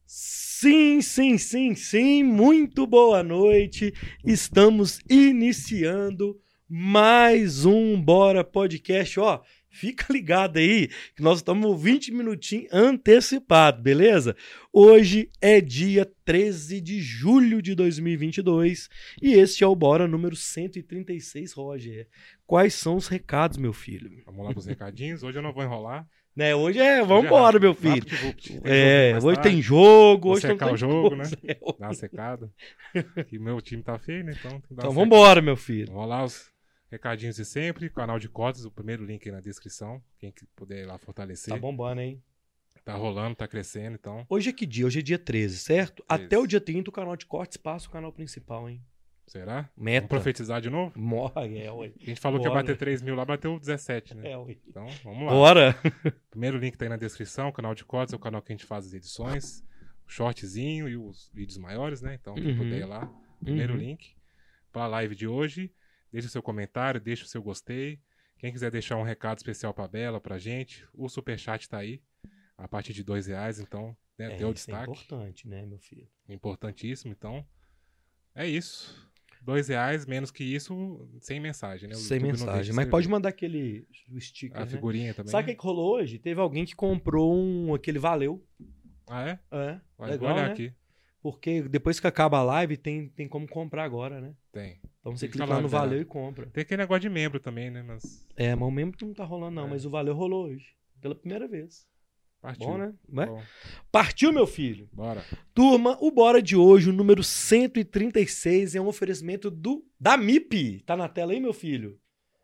Sim, sim, sim, sim, muito boa noite. Estamos iniciando mais um Bora Podcast. Ó, fica ligado aí que nós estamos 20 minutinhos antecipado, beleza? Hoje é dia 13 de julho de 2022 e este é o Bora número 136, Roger. Quais são os recados, meu filho? Vamos lá pros recadinhos. Hoje eu não vou enrolar. Né, hoje vambora, meu filho. Hoje tem jogo, Vou hoje secar tem o jogo, coisa. né? Dar uma secada. Que meu time tá feio, né? Então tem que dar Então uma vambora, meu filho. Vamos lá os recadinhos de sempre. Canal de cotas, o primeiro link aí na descrição. Quem puder ir lá fortalecer. Tá bombando, hein? Tá rolando, tá crescendo, então. Hoje é que dia? Hoje é dia 13, certo? 13. Até o dia 30 o canal de cortes passa o canal principal, hein? Será? Meta. Vamos profetizar de novo? Morre, ué. A gente falou que ia bater 3 mil lá, bateu 17, né? Ué. Então, vamos lá. Bora! Primeiro link tá aí na descrição. O canal de cotas é o canal que a gente faz as edições. O shortzinho e os vídeos maiores, né? Então, quem puder ir lá. Primeiro link. Pra live de hoje. Deixa o seu comentário, deixa o seu gostei. Quem quiser deixar um recado especial pra Bela, pra gente, o superchat tá aí. A partir de R$2, então, né, deu destaque. É importante, né, meu filho? Importantíssimo, então. É isso. R$2, menos que isso, sem mensagem, né? O Sem YouTube não mensagem. deixa Mas escrever. pode mandar aquele sticker, A né? figurinha também. Sabe o que rolou hoje? Teve alguém que comprou aquele valeu. Ah, é? É, Vou legal, olhar né? aqui. Porque depois que acaba a live, tem como comprar agora, né? Tem. Então você Fica clica lá lá no valeu liberado. e compra. Tem aquele negócio de membro também, né? Mas É, mas o mesmo não tá rolando não, É. mas o valeu rolou hoje. Pela primeira vez. partiu. Bom, né? Né? Bom, Partiu, meu filho. bora. Turma, o Bora de hoje, o número 136, é um oferecimento da MIP. Tá na tela aí, meu filho?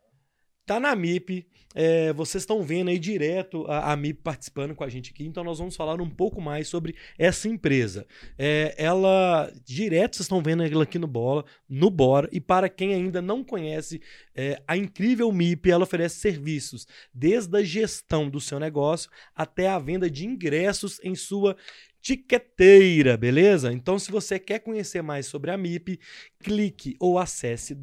Tá na MIP. Vocês estão vendo aí direto a MIP participando com a gente aqui, então nós vamos falar um pouco mais sobre essa empresa. Direto vocês estão vendo ela aqui no Bora, e para quem ainda não conhece, a incrível MIP, ela oferece serviços desde a gestão do seu negócio até a venda de ingressos em sua tiqueteira, beleza? Então, se você quer conhecer mais sobre a MIP, clique ou acesse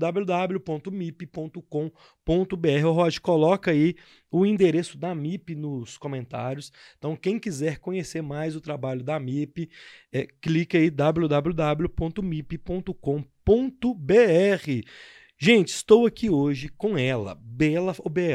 www.mip.com.br. Rod, coloca aí o endereço da MIP nos comentários. Então, quem quiser conhecer mais o trabalho da MIP, clique aí www.mip.com.br. Gente, estou aqui hoje com ela, Bela.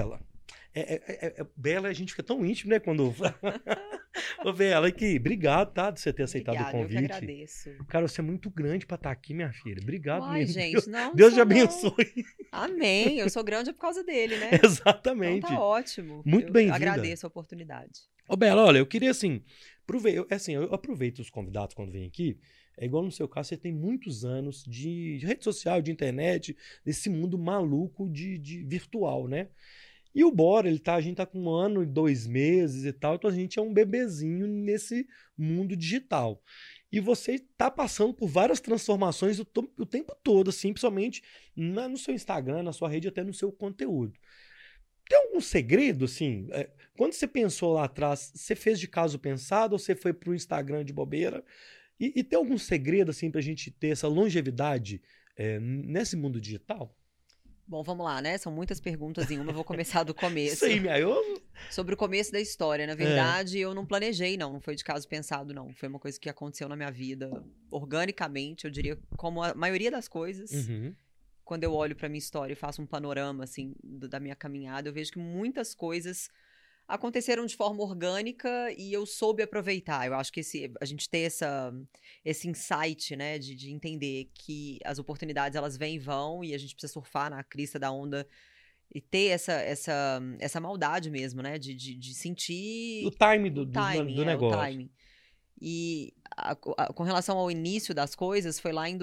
Bela, a gente fica tão íntimo, né? Quando. Ô, Bela, aqui, obrigado, tá? De você ter aceitado o convite. Eu que agradeço. Cara, você é muito grande pra estar aqui, minha filha. Obrigado Uai, mesmo. gente, não Deus te sou, não. abençoe. Amém. Eu sou grande por causa dele, né? Exatamente. Então tá ótimo. Muito bem-vinda. Agradeço a oportunidade. Ô, Bela, olha, eu queria assim. Eu aproveito os convidados quando vêm aqui. É igual no seu caso, você tem muitos anos de rede social, de internet, desse mundo maluco de virtual, né? E o Bora, a gente tá com 1 ano e 2 meses e tal, então a gente é um bebezinho nesse mundo digital. E você tá passando por várias transformações o tempo todo, assim, principalmente no seu Instagram, na sua rede, até no seu conteúdo. Tem algum segredo, assim? Quando você pensou lá atrás, você fez de caso pensado ou você foi pro Instagram de bobeira? E tem algum segredo, assim, pra gente ter essa longevidade nesse mundo digital? Bom, vamos lá, né? São muitas perguntas em uma. Eu vou começar do começo. Isso aí, Sobre o começo da história. Na verdade, eu não planejei, não. Não foi de caso pensado, não. Foi uma coisa que aconteceu na minha vida organicamente, eu diria, como a maioria das coisas. Uhum. Quando eu olho pra minha história e faço um panorama, assim, da minha caminhada, eu vejo que muitas coisas aconteceram de forma orgânica e eu soube aproveitar. Eu acho que a gente ter esse insight, né, de entender que as oportunidades elas vêm e vão e a gente precisa surfar na crista da onda e ter essa maldade mesmo, né, de sentir O time do negócio. O timing. E com relação ao início das coisas, foi lá em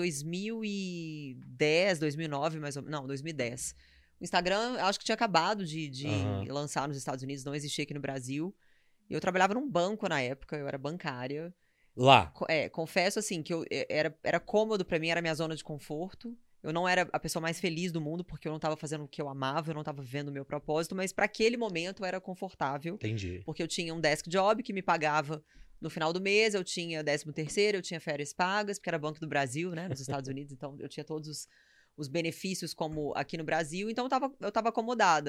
2010, 2009, mais ou menos. Não, 2010. O Instagram, acho que tinha acabado de lançar nos Estados Unidos, não existia aqui no Brasil. E eu trabalhava num banco na época, eu era bancária. Lá. Confesso, assim, que era cômodo pra mim, era minha zona de conforto. Eu não era a pessoa mais feliz do mundo, porque eu não tava fazendo o que eu amava, eu não tava vivendo o meu propósito, mas pra aquele momento era confortável. Entendi. Porque eu tinha um desk job que me pagava no final do mês, eu tinha 13º, eu tinha férias pagas, porque era Banco do Brasil, né, nos Estados Unidos, então eu tinha todos os benefícios como aqui no Brasil, então eu tava acomodada.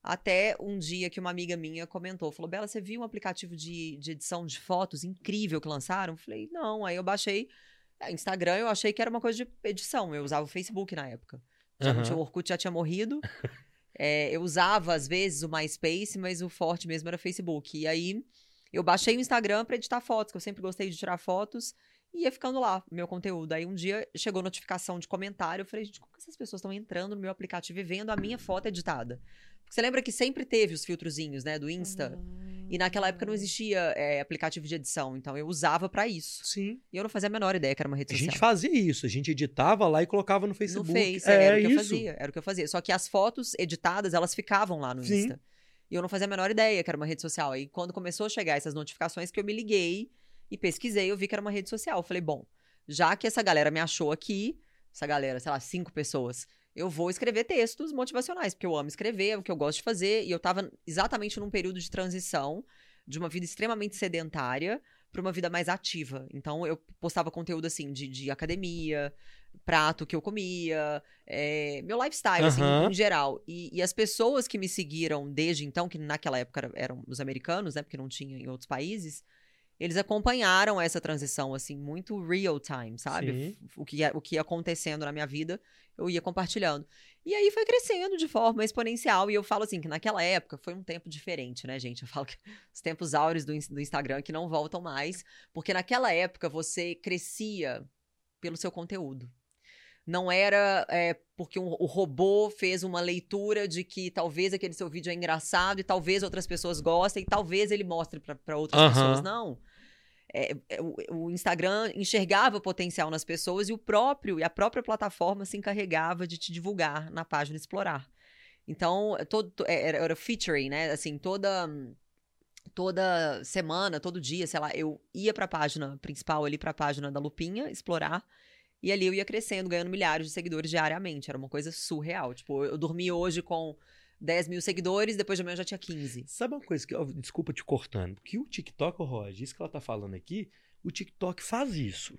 Até um dia que uma amiga minha comentou, falou, Bela, você viu um aplicativo de edição de fotos incrível que lançaram? Eu falei, não. Aí eu baixei Instagram, eu achei que era uma coisa de edição. Eu usava o Facebook na época. Já não tinha, o Orkut já tinha morrido. Eu usava, às vezes, o MySpace, mas o forte mesmo era o Facebook. E aí, eu baixei o Instagram pra editar fotos, que eu sempre gostei de tirar fotos. E ia ficando lá, meu conteúdo. Aí um dia chegou notificação de comentário. Eu falei, gente, como que essas pessoas estão entrando no meu aplicativo e vendo a minha foto editada? Porque você lembra que sempre teve os filtrozinhos, né, do Insta? E naquela época não existia aplicativo de edição. Então eu usava pra isso. Sim. E eu não fazia a menor ideia que era uma rede social. A gente fazia isso. A gente editava lá e colocava no Facebook. No Face, era o que eu fazia. Era o que eu fazia. Só que as fotos editadas, elas ficavam lá no Insta. E eu não fazia a menor ideia que era uma rede social. Aí quando começou a chegar essas notificações que eu me liguei e pesquisei, eu vi que era uma rede social. Eu falei, bom, já que essa galera me achou aqui, essa galera, sei lá, 5 pessoas, eu vou escrever textos motivacionais, porque eu amo escrever, é o que eu gosto de fazer. E eu tava exatamente num período de transição de uma vida extremamente sedentária para uma vida mais ativa. Então, eu postava conteúdo, assim, de academia, prato que eu comia, meu lifestyle, assim, em geral. E as pessoas que me seguiram desde então, que naquela época eram os americanos, né, porque não tinha em outros países, eles acompanharam essa transição, assim, muito real time, sabe? O que ia acontecendo na minha vida, eu ia compartilhando. E aí foi crescendo de forma exponencial. E eu falo assim, que naquela época foi um tempo diferente, né, gente? Eu falo que os tempos áureos do Instagram que não voltam mais. Porque naquela época você crescia pelo seu conteúdo. Não era porque o robô fez uma leitura de que talvez aquele seu vídeo é engraçado e talvez outras pessoas gostem e talvez ele mostre para outras pessoas. Não. O Instagram enxergava o potencial nas pessoas e a própria plataforma se encarregava de te divulgar na página Explorar. Então, era featuring, né? Assim, toda semana, todo dia, sei lá, eu ia para a página principal ali, para a página da Lupinha, Explorar. E ali eu ia crescendo, ganhando milhares de seguidores diariamente. Era uma coisa surreal. Tipo, eu dormi hoje com 10 mil seguidores, depois de amanhã eu já tinha 15. Sabe uma coisa que... Desculpa te cortando. Que o TikTok, Roger, isso que ela tá falando aqui, o TikTok faz isso.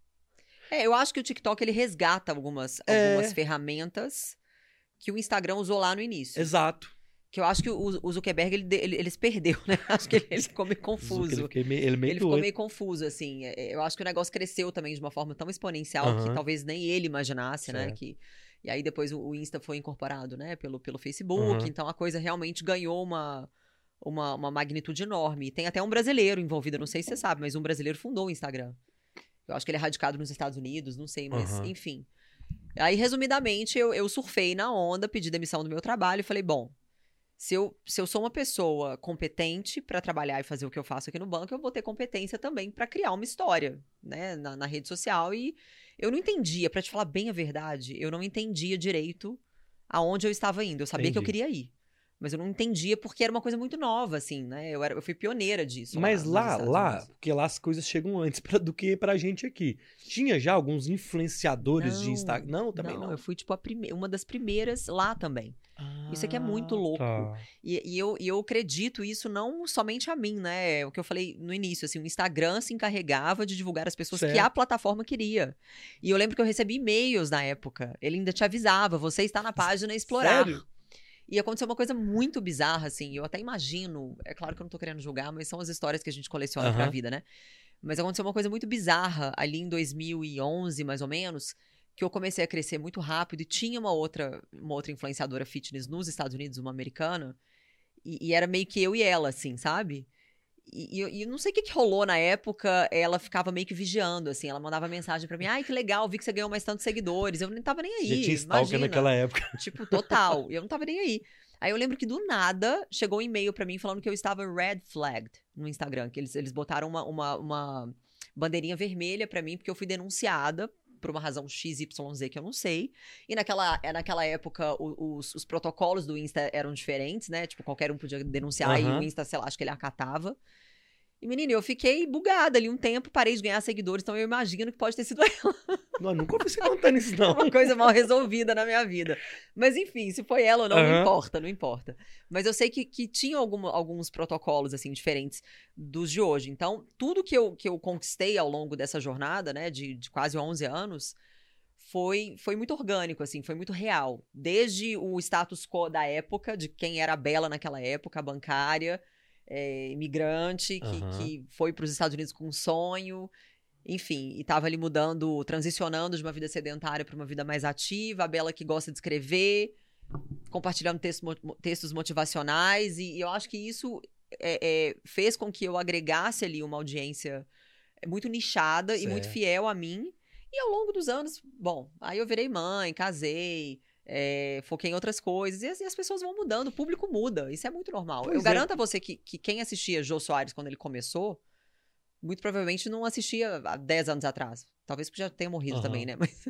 Eu acho que o TikTok, ele resgata algumas ferramentas que o Instagram usou lá no início. Exato. Que eu acho que o Zuckerberg, ele se perdeu, né? Acho que ele ficou meio confuso. Ele ficou meio confuso, assim. Eu acho que o negócio cresceu também de uma forma tão exponencial que talvez nem ele imaginasse, né? E aí depois o Insta foi incorporado, né? Pelo Facebook. Então a coisa realmente ganhou uma magnitude enorme. E tem até um brasileiro envolvido, não sei se você sabe, mas um brasileiro fundou o Instagram. Eu acho que ele é radicado nos Estados Unidos, não sei, mas enfim. Aí, resumidamente, eu surfei na onda, pedi demissão do meu trabalho e falei, bom, se eu sou uma pessoa competente para trabalhar e fazer o que eu faço aqui no banco, eu vou ter competência também para criar uma história, né, na rede social. E eu não entendia, para te falar bem a verdade, eu não entendia direito aonde eu estava indo. Eu sabia que eu queria ir, mas eu não entendia porque era uma coisa muito nova, assim, né? Eu fui pioneira disso. Mas lá, porque lá as coisas chegam antes do que pra gente aqui. Tinha já alguns influenciadores de Instagram? Não, também não. Eu fui, tipo, uma das primeiras lá também. Isso aqui é muito louco. Tá. E eu acredito isso não somente a mim, né? O que eu falei no início, assim, o Instagram se encarregava de divulgar as pessoas que a plataforma queria. E eu lembro que eu recebi e-mails na época. Ele ainda te avisava, você está na página Explorar. Sério? E aconteceu uma coisa muito bizarra, assim, eu até imagino, é claro que eu não tô querendo julgar, mas são as histórias que a gente coleciona pra vida, né? Mas aconteceu uma coisa muito bizarra ali em 2011, mais ou menos, que eu comecei a crescer muito rápido e tinha uma outra influenciadora fitness nos Estados Unidos, uma americana, e era meio que eu e ela, assim, sabe? E eu não sei o que rolou na época, ela ficava meio que vigiando, assim, ela mandava mensagem pra mim, ai, que legal, vi que você ganhou mais tantos seguidores, eu nem tava nem aí, já tinha stalker naquela época. Tipo, total, eu não tava nem aí. Aí eu lembro que do nada, chegou um e-mail pra mim falando que eu estava red flagged no Instagram, que eles botaram uma bandeirinha vermelha pra mim, porque eu fui denunciada por uma razão XYZ que eu não sei. E naquela época, os protocolos do Insta eram diferentes, né? Tipo, qualquer um podia denunciar e o Insta, sei lá, acho que ele acatava. E, menina, eu fiquei bugada ali um tempo, parei de ganhar seguidores, então eu imagino que pode ter sido ela. Não, nunca ouvi você contando isso, não. Uma coisa mal resolvida na minha vida. Mas, enfim, se foi ela ou não, não importa. Mas eu sei que tinha alguns protocolos, assim, diferentes dos de hoje. Então, tudo que eu conquistei ao longo dessa jornada, né, de quase 11 anos, foi muito orgânico, assim, foi muito real. Desde o status quo da época, de quem era a Bela naquela época, a bancária, imigrante, que foi para os Estados Unidos com um sonho, enfim, e estava ali mudando, transicionando de uma vida sedentária para uma vida mais ativa, a Bela que gosta de escrever, compartilhando textos motivacionais, e eu acho que isso fez com que eu agregasse ali uma audiência muito nichada e muito fiel a mim. E ao longo dos anos, bom, aí eu virei mãe, casei, foquei em outras coisas, e as pessoas vão mudando, o público muda, isso é muito normal. Eu garanto a você que quem assistia Jô Soares quando ele começou, muito provavelmente não assistia há 10 anos atrás. Talvez porque já tenha morrido também, né? Mas...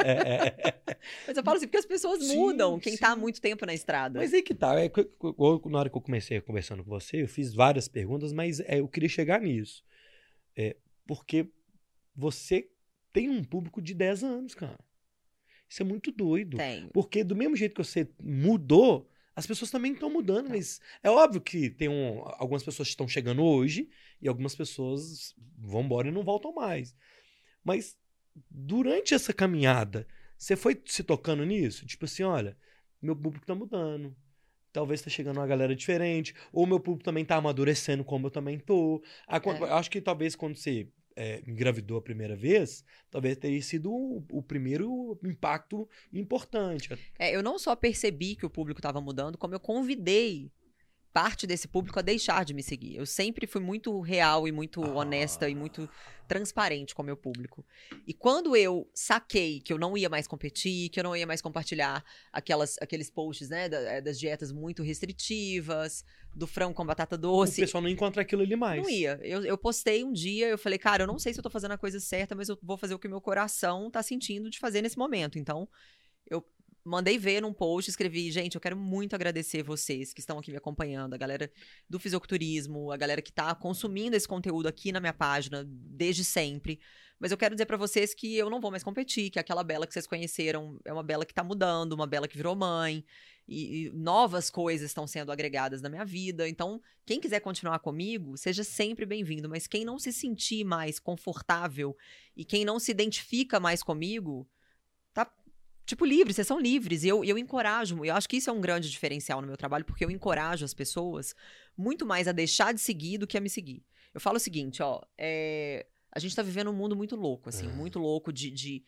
Mas eu falo assim, porque as pessoas mudam, quem tá há muito tempo na estrada. Mas aí que tá, na hora que eu comecei conversando com você, eu fiz várias perguntas, mas eu queria chegar nisso. Porque você tem um público de 10 anos, cara. Isso é muito doido. Tem. Porque do mesmo jeito que você mudou, as pessoas também estão mudando. Mas é óbvio que tem algumas pessoas que estão chegando hoje e algumas pessoas vão embora e não voltam mais. Mas durante essa caminhada, você foi se tocando nisso? Tipo assim, olha, meu público tá mudando. Talvez tá chegando uma galera diferente. Ou meu público também tá amadurecendo como eu também tô. Acho que talvez quando você engravidou a primeira vez, talvez teria sido o primeiro impacto importante. Eu não só percebi que o público estava mudando, como eu convidei parte desse público a deixar de me seguir. Eu sempre fui muito real e muito honesta e muito transparente com o meu público. E quando eu saquei que eu não ia mais competir, que eu não ia mais compartilhar aqueles posts, né, das dietas muito restritivas, do frango com batata doce. O pessoal não encontra aquilo ali mais. Não ia. Eu postei um dia, eu falei, cara, eu não sei se eu tô fazendo a coisa certa, mas eu vou fazer o que o meu coração tá sentindo de fazer nesse momento. Então, eu mandei ver num post, escrevi, gente, eu quero muito agradecer vocês que estão aqui me acompanhando, a galera do fisiculturismo, a galera que tá consumindo esse conteúdo aqui na minha página desde sempre. Mas eu quero dizer pra vocês que eu não vou mais competir, que aquela Bela que vocês conheceram é uma Bela que tá mudando, uma Bela que virou mãe, e novas coisas estão sendo agregadas na minha vida. Então, quem quiser continuar comigo, seja sempre bem-vindo. Mas quem não se sentir mais confortável e quem não se identifica mais comigo, tá tipo, livre, vocês são livres. E eu encorajo, eu acho que isso é um grande diferencial no meu trabalho, porque eu encorajo as pessoas muito mais a deixar de seguir do que a me seguir. Eu falo o seguinte, ó, a gente tá vivendo um mundo muito louco, assim, muito louco de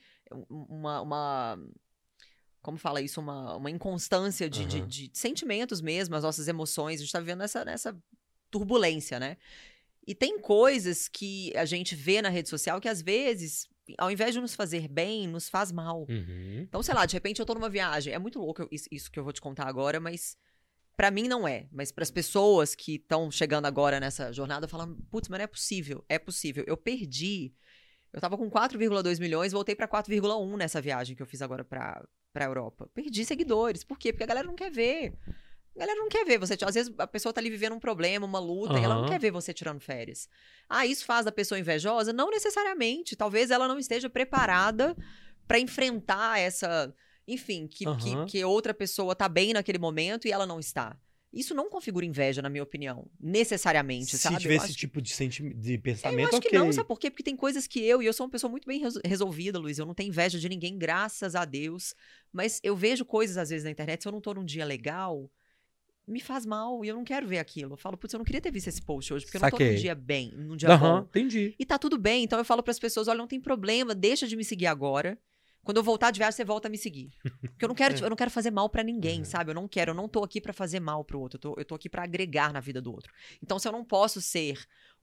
uma como fala isso? Uma inconstância de sentimentos mesmo, as nossas emoções. A gente tá vivendo nessa turbulência, né? E tem coisas que a gente vê na rede social que, às vezes, ao invés de nos fazer bem, nos faz mal. Então, sei lá, de repente eu tô numa viagem. É muito louco isso que eu vou te contar agora, mas pra mim não é. Mas pras pessoas que estão chegando agora nessa jornada, falam, putz, mas não é possível. É possível. Eu perdi. Eu tava com 4,2 milhões, voltei pra 4,1 nessa viagem que eu fiz agora pra Europa. Perdi seguidores. Por quê? Porque a galera não quer ver. A galera não quer ver você. Às vezes a pessoa tá ali vivendo um problema, uma luta, e ela não quer ver você tirando férias. Isso faz da pessoa invejosa? Não necessariamente. Talvez ela não esteja preparada pra enfrentar essa... Enfim, que outra pessoa tá bem naquele momento e ela não está. Isso não configura inveja, na minha opinião. Necessariamente, sabe? Se tiver esse tipo de pensamento, eu acho que não, sabe por quê? Porque tem coisas que eu sou uma pessoa muito bem resolvida, Luiz. Eu não tenho inveja de ninguém, graças a Deus. Mas eu vejo coisas, às vezes, na internet. Se eu não tô num dia legal, me faz mal e eu não quero ver aquilo. Eu falo, putz, eu não queria ter visto esse post hoje, porque eu não tô num dia bem, num dia bom. Entendi. E tá tudo bem. Então eu falo pras pessoas, olha, não tem problema, deixa de me seguir agora. Quando eu voltar de viagem, você volta a me seguir. Porque eu não quero fazer mal pra ninguém, sabe? Eu não tô aqui pra fazer mal pro outro. Eu tô aqui pra agregar na vida do outro. Então, se eu não posso ser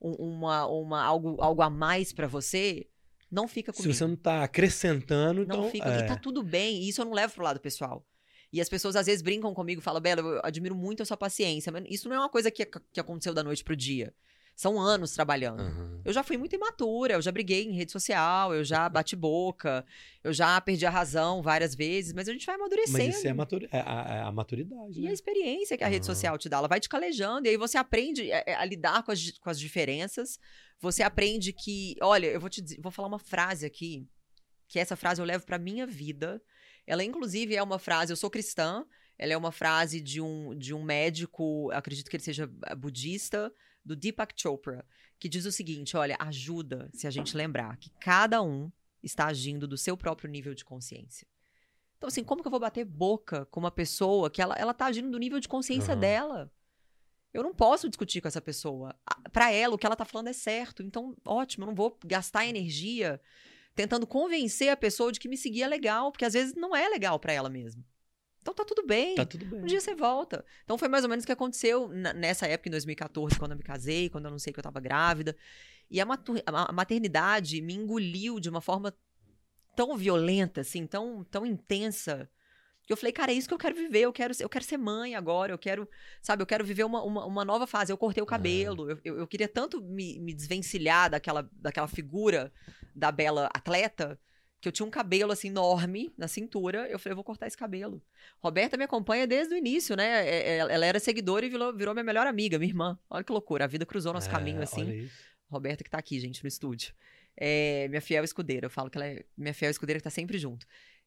algo a mais pra você, não fica comigo. Se você não tá acrescentando, não então... fica. E tá tudo bem. E isso eu não levo pro lado pessoal. E as pessoas, às vezes, brincam comigo e falam, Bela, eu admiro muito a sua paciência. Mas isso não é uma coisa que aconteceu da noite pro dia. São anos trabalhando. Eu já fui muito imatura, eu já briguei em rede social, eu já bati boca, eu já perdi a razão várias vezes, mas a gente vai amadurecendo. Mas isso é a maturidade, E né? a experiência que a rede social te dá, ela vai te calejando, e aí você aprende a lidar com as diferenças, você aprende que... Olha, eu vou falar uma frase aqui, que essa frase eu levo pra minha vida. Ela, inclusive, é uma frase... Eu sou cristã, ela é uma frase de um médico, acredito que ele seja budista, do Deepak Chopra, que diz o seguinte, olha, ajuda se a gente lembrar que cada um está agindo do seu próprio nível de consciência. Então, assim, como que eu vou bater boca com uma pessoa que ela tá agindo do nível de consciência dela? Eu não posso discutir com essa pessoa. Para ela, o que ela tá falando é certo. Então, ótimo, eu não vou gastar energia tentando convencer a pessoa de que me seguir é legal, porque às vezes não é legal para ela mesmo. Então tá tudo bem. Tá tudo bem. Um dia você volta. Então foi mais ou menos o que aconteceu nessa época, em 2014, quando eu me casei, quando eu anunciei que eu tava grávida. E a maternidade me engoliu de uma forma tão violenta, assim, tão intensa, que eu falei, cara, é isso que eu quero viver, eu quero ser mãe agora, eu quero viver uma nova fase. Eu cortei o cabelo, eu queria tanto me desvencilhar daquela figura da bela atleta, que eu tinha um cabelo, assim, enorme na cintura. Eu falei, eu vou cortar esse cabelo. Roberta me acompanha desde o início, né? Ela era seguidora e virou minha melhor amiga, minha irmã. Olha que loucura, a vida cruzou nosso caminho, assim. Roberta que tá aqui, gente, no estúdio. Minha fiel escudeira, eu falo que ela é minha fiel escudeira que tá sempre junto.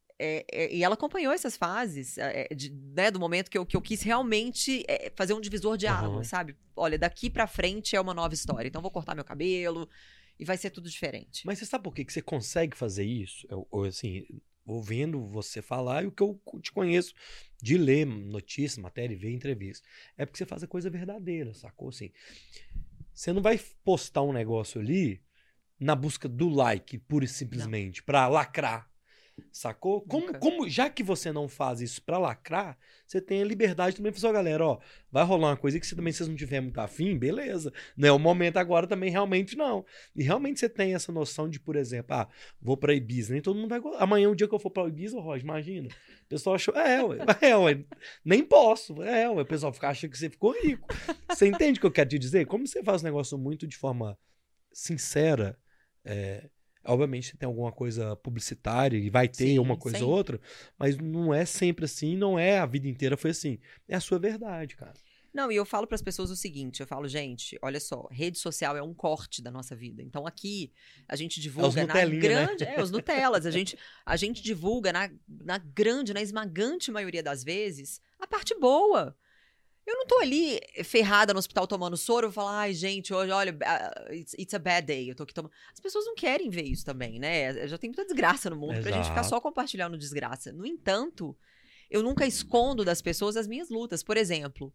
E ela acompanhou essas fases, né, do momento que eu quis realmente fazer um divisor de água, sabe? Olha, daqui pra frente é uma nova história. Então, eu vou cortar meu cabelo e vai ser tudo diferente. Mas você sabe por que você consegue fazer isso? Assim, ouvindo você falar e o que eu te conheço de ler notícias, matéria e ver entrevista. É porque você faz a coisa verdadeira, sacou? Assim, você não vai postar um negócio ali na busca do like, pura e simplesmente, pra lacrar. Sacou? Como já que você não faz isso pra lacrar, você tem a liberdade também pra sua galera, ó, vai rolar uma coisa que se também vocês não tiverem muito afim, beleza. Não é o momento agora também, realmente não. E realmente você tem essa noção de, por exemplo, vou pra Ibiza, nem todo mundo vai gostar. Amanhã, o dia que eu for pra Ibiza, Roger, imagina. O pessoal achou, ué, nem posso. O pessoal acha que você ficou rico. Você entende o que eu quero te dizer? Como você faz um negócio muito de forma sincera, obviamente tem alguma coisa publicitária e vai ter uma coisa ou outra, mas não é sempre assim, não é a vida inteira foi assim. É a sua verdade, cara. Não, e eu falo para as pessoas o seguinte, eu falo, gente, olha só, rede social é um corte da nossa vida. Então aqui a gente divulga na grande, os Nutellas, a gente divulga na esmagante maioria das vezes a parte boa. Eu não tô ali ferrada no hospital tomando soro, eu vou falar, ai, gente, hoje, olha, it's a bad day, eu tô aqui tomando... As pessoas não querem ver isso também, né? Já tem muita desgraça no mundo pra gente ficar só compartilhando desgraça. No entanto, eu nunca escondo das pessoas as minhas lutas. Por exemplo,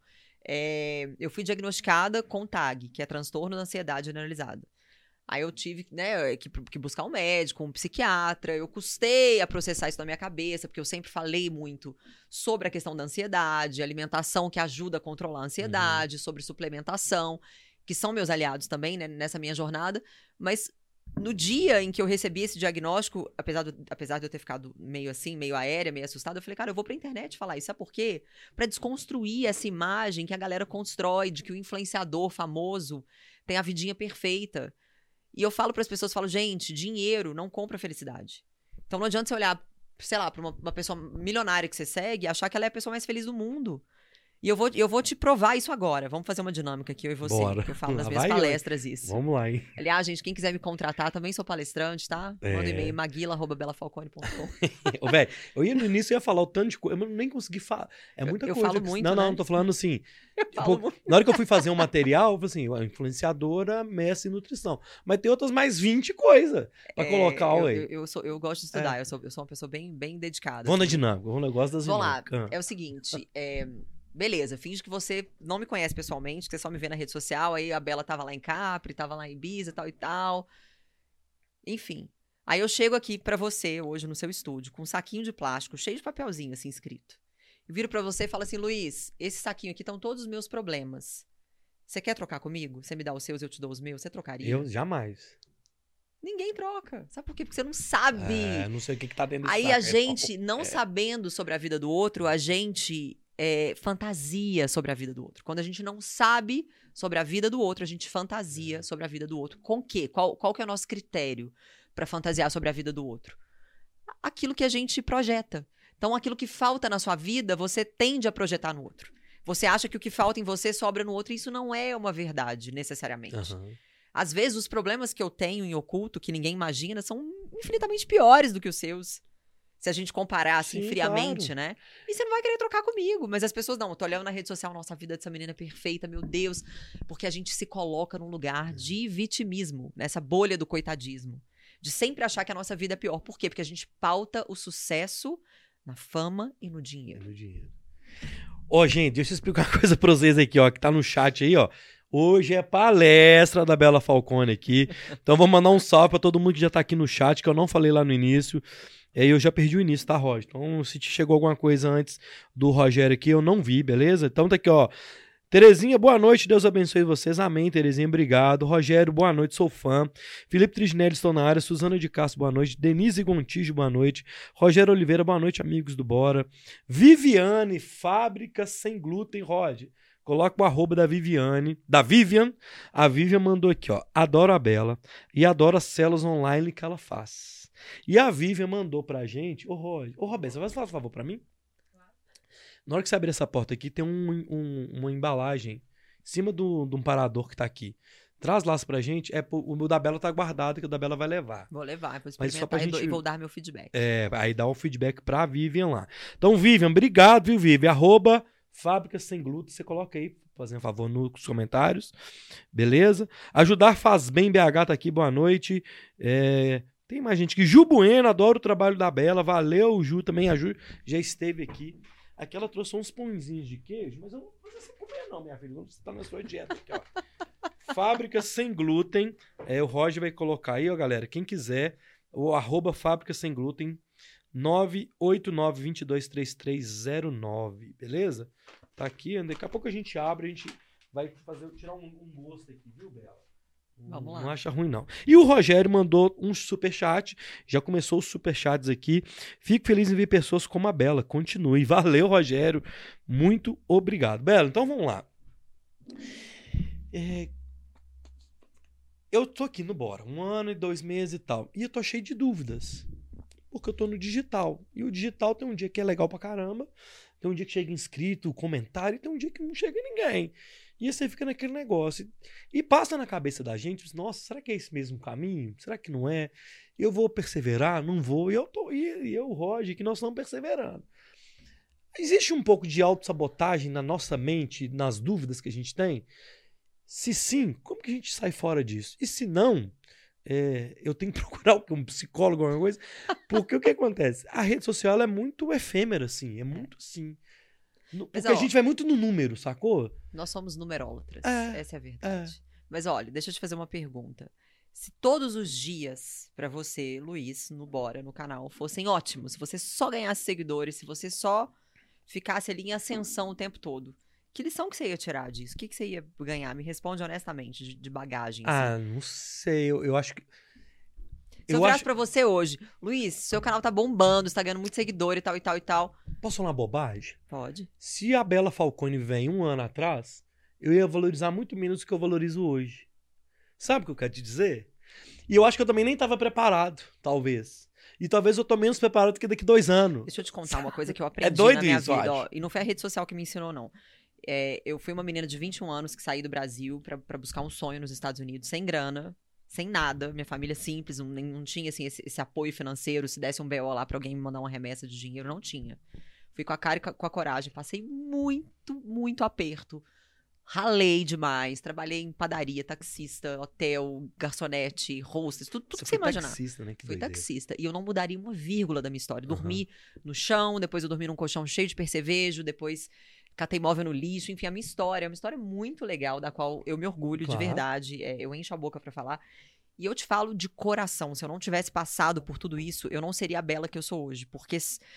eu fui diagnosticada com TAG, que é transtorno da ansiedade generalizada. Aí eu tive, né, que buscar um médico, um psiquiatra. Eu custei a processar isso na minha cabeça, porque eu sempre falei muito sobre a questão da ansiedade, alimentação que ajuda a controlar a ansiedade, sobre suplementação, que são meus aliados também, né, nessa minha jornada. Mas no dia em que eu recebi esse diagnóstico, apesar de eu ter ficado meio assim, meio aérea, meio assustada, eu falei, cara, eu vou pra internet falar isso. Sabe por quê? Pra desconstruir essa imagem que a galera constrói de que o influenciador famoso tem a vidinha perfeita. E eu falo para as pessoas, gente, dinheiro não compra felicidade. Então não adianta você olhar, sei lá, para uma pessoa milionária que você segue e achar que ela é a pessoa mais feliz do mundo. E eu vou te provar isso agora. Vamos fazer uma dinâmica aqui, eu e você. Bora. Que eu falo nas minhas palestras isso. Vamos lá, hein? Aliás, gente, quem quiser me contratar, também sou palestrante, tá? Manda e-mail, maguila@belafalcone.com. Ô, velho, no início eu ia falar o tanto de coisa, eu nem consegui falar. É muita coisa. Eu falo muito, Não, tô falando assim. Na hora que eu fui fazer um material, eu falei assim, influenciadora, mestre em nutrição. Mas tem outras mais 20 coisas pra colocar, ué. Eu gosto de estudar, eu sou uma pessoa bem, bem dedicada. Vamos na dinâmica, vamos no negócio das dinâmicas. Vamos lá, é o seguinte, beleza, finge que você não me conhece pessoalmente, que você só me vê na rede social, aí a Bela tava lá em Capri, tava lá em Ibiza, tal e tal. Enfim. Aí eu chego aqui pra você, hoje, no seu estúdio, com um saquinho de plástico, cheio de papelzinho, assim, escrito. Eu viro pra você e falo assim, Luiz, esse saquinho aqui estão todos os meus problemas. Você quer trocar comigo? Você me dá os seus, eu te dou os meus? Você trocaria? Eu jamais. Ninguém troca. Sabe por quê? Porque você não sabe. Não sei o que tá dentro desse Aí saco. a gente, não sabendo sobre a vida do outro, a gente fantasia sobre a vida do outro. Quando a gente não sabe sobre a vida do outro, a gente fantasia sobre a vida do outro. Com o quê? Qual que é o nosso critério para fantasiar sobre a vida do outro? Aquilo que a gente projeta. Então, aquilo que falta na sua vida, você tende a projetar no outro. Você acha que o que falta em você sobra no outro, e isso não é uma verdade, necessariamente. Às vezes, os problemas que eu tenho em oculto, que ninguém imagina, são infinitamente piores do que os seus. Se a gente comparar, assim, friamente, claro, né? E você não vai querer trocar comigo. Mas as pessoas, não, eu tô olhando na rede social, nossa, a vida dessa menina é perfeita, meu Deus. Porque a gente se coloca num lugar de vitimismo, nessa bolha do coitadismo. De sempre achar que a nossa vida é pior. Por quê? Porque a gente pauta o sucesso na fama e no dinheiro. Ó, gente, deixa eu explicar uma coisa pra vocês aqui, ó, que tá no chat aí, ó. Hoje é palestra da Bela Falcone aqui. Então vou mandar um salve pra todo mundo que já tá aqui no chat, que eu não falei lá no início. E aí eu já perdi o início, tá, Roger? Então se te chegou alguma coisa antes do Rogério aqui, eu não vi, beleza? Então tá aqui, ó. Terezinha, boa noite, Deus abençoe vocês. Amém, Terezinha, obrigado. Rogério, boa noite, sou fã. Felipe Trisnelli, estou na área. Suzana de Castro, boa noite. Denise Gontijo, boa noite. Rogério Oliveira, boa noite, amigos do Bora. Viviane, Fábrica Sem Glúten, Roger. Coloca o arroba da Viviane, da Vivian. A Vivian mandou aqui, ó. Adoro a Bela e adoro as células online que ela faz. E a Vivian mandou pra gente. Ô, Roberto, você vai fazer um favor pra mim? Na hora que você abrir essa porta aqui, tem uma embalagem em cima de um parador que tá aqui. Traz lá pra gente. O da Bela tá guardado, que o da Bela vai levar. Vou levar, vou Mas só pra experimentar gente... e vou dar meu feedback. Aí dá um feedback pra Vivian lá. Então, Vivian, obrigado, viu, Vivian? Arroba Fábrica Sem Glúten, você coloca aí, fazendo um favor nos comentários. Beleza? Ajudar Faz Bem BH tá aqui, boa noite. Tem mais gente aqui. Ju Bueno, adoro o trabalho da Bela. Valeu, Ju, também. A Ju já esteve aqui. Aqui ela trouxe uns pãezinhos de queijo, mas eu não vou fazer você comer não, minha filha. Você tá na sua dieta aqui, ó. Fábrica Sem Glúten. O Roger vai colocar aí, ó, galera. Quem quiser, o arroba Fábrica Sem Glúten, 989-223309, beleza? Tá aqui, daqui a pouco a gente abre, a gente vai tirar um gosto aqui, viu, Bela? Vamos lá. Não acha ruim, não. E o Rogério mandou um superchat. Já começou os superchats aqui. Fico feliz em ver pessoas como a Bela. Continue. Valeu, Rogério. Muito obrigado. Bela, então vamos lá. Eu tô aqui no Bora. 1 ano e 2 meses e tal. E eu tô cheio de dúvidas. Porque eu tô no digital. E o digital tem um dia que é legal pra caramba. Tem um dia que chega inscrito, comentário. E tem um dia que não chega ninguém. E aí você fica naquele negócio. E passa na cabeça da gente, nossa, será que é esse mesmo caminho? Será que não é? Eu vou perseverar? Não vou. E eu, Roger, que nós estamos perseverando. Existe um pouco de autossabotagem na nossa mente, nas dúvidas que a gente tem? Se sim, como que a gente sai fora disso? E se não, eu tenho que procurar um psicólogo, alguma coisa. Porque o que acontece? A rede social ela é muito efêmera, assim. É muito assim. Porque a gente vai muito no número, sacou? Nós somos numerólatras. Essa é a verdade. Mas olha, deixa eu te fazer uma pergunta. Se todos os dias pra você, Luiz, no Bora, no canal, fossem ótimos, se você só ganhasse seguidores, se você só ficasse ali em ascensão o tempo todo, que lição que você ia tirar disso? O que você ia ganhar? Me responde honestamente, de bagagem. Assim. Não sei. Eu acho que... Se eu virasse pra você hoje, Luiz, seu canal tá bombando, você tá ganhando muito seguidor e tal, e tal, e tal. Posso falar uma bobagem? Pode. Se a Bela Falcone vem 1 ano atrás, eu ia valorizar muito menos do que eu valorizo hoje. Sabe o que eu quero te dizer? E eu acho que eu também nem tava preparado, talvez. E talvez eu tô menos preparado que daqui 2 anos. Deixa eu te contar uma coisa que eu aprendi doido na minha isso, vida. Ó, e não foi a rede social que me ensinou, não. Eu fui uma menina de 21 anos que saí do Brasil pra buscar um sonho nos Estados Unidos, sem grana. Sem nada, minha família simples, não tinha assim, esse apoio financeiro, se desse um BO lá pra alguém me mandar uma remessa de dinheiro, não tinha. Fui com a cara e com a coragem, passei muito, muito aperto, ralei demais, trabalhei em padaria, taxista, hotel, garçonete, hostess, tudo que você imaginar. Taxista, né? Fui taxista, e eu não mudaria uma vírgula da minha história, dormi no chão, depois eu dormi num colchão cheio de percevejo, depois... catei móvel no lixo, enfim, a minha história é uma história muito legal, da qual eu me orgulho de verdade, eu encho a boca pra falar. E eu te falo de coração, se eu não tivesse passado por tudo isso, eu não seria a Bela que eu sou hoje, porque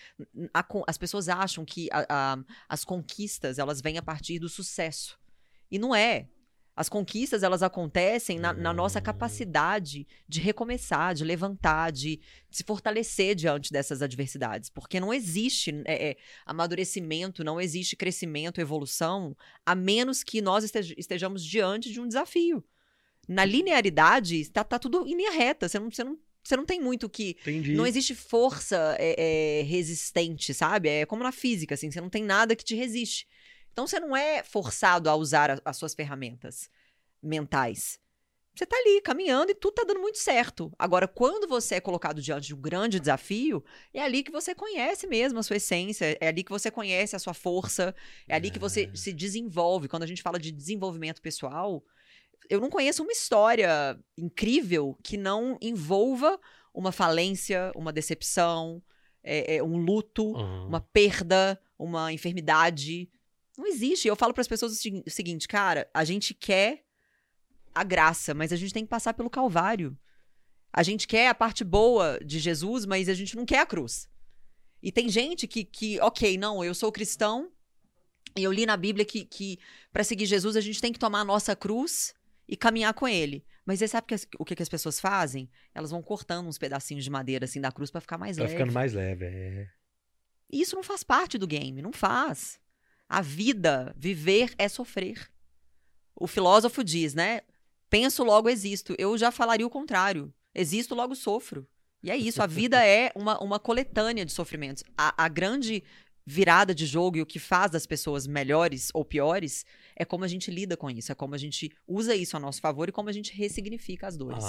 as pessoas acham que as conquistas, elas vêm a partir do sucesso. E não é. As conquistas, elas acontecem na nossa capacidade de recomeçar, de levantar, de se fortalecer diante dessas adversidades. Porque não existe amadurecimento, não existe crescimento, evolução, a menos que nós estejamos diante de um desafio. Na linearidade, tá tudo em linha reta. Você não tem muito que... Entendi. Não existe força resistente, sabe? É como na física, assim. Você não tem nada que te resiste. Então, você não é forçado a usar as suas ferramentas mentais. Você tá ali, caminhando, e tudo tá dando muito certo. Agora, quando você é colocado diante de um grande desafio, é ali que você conhece mesmo a sua essência, é ali que você conhece a sua força, é ali que você se desenvolve. Quando a gente fala de desenvolvimento pessoal, eu não conheço uma história incrível que não envolva uma falência, uma decepção, um luto, uma perda, uma enfermidade. Não existe. Eu falo para as pessoas o seguinte, cara, a gente quer a graça, mas a gente tem que passar pelo Calvário. A gente quer a parte boa de Jesus, mas a gente não quer a cruz. E tem gente que ok, não, eu sou cristão, e eu li na Bíblia que para seguir Jesus a gente tem que tomar a nossa cruz e caminhar com ele. Mas você sabe o que as pessoas fazem? Elas vão cortando uns pedacinhos de madeira assim da cruz para ficar mais leve. Vai ficando mais leve, E isso não faz parte do game, não faz. A vida, viver é sofrer. O filósofo diz, né? Penso, logo existo. Eu já falaria o contrário. Existo, logo sofro. E é isso, a vida é uma coletânea de sofrimentos. A grande virada de jogo e o que faz das pessoas melhores ou piores é como a gente lida com isso, é como a gente usa isso a nosso favor e como a gente ressignifica as dores.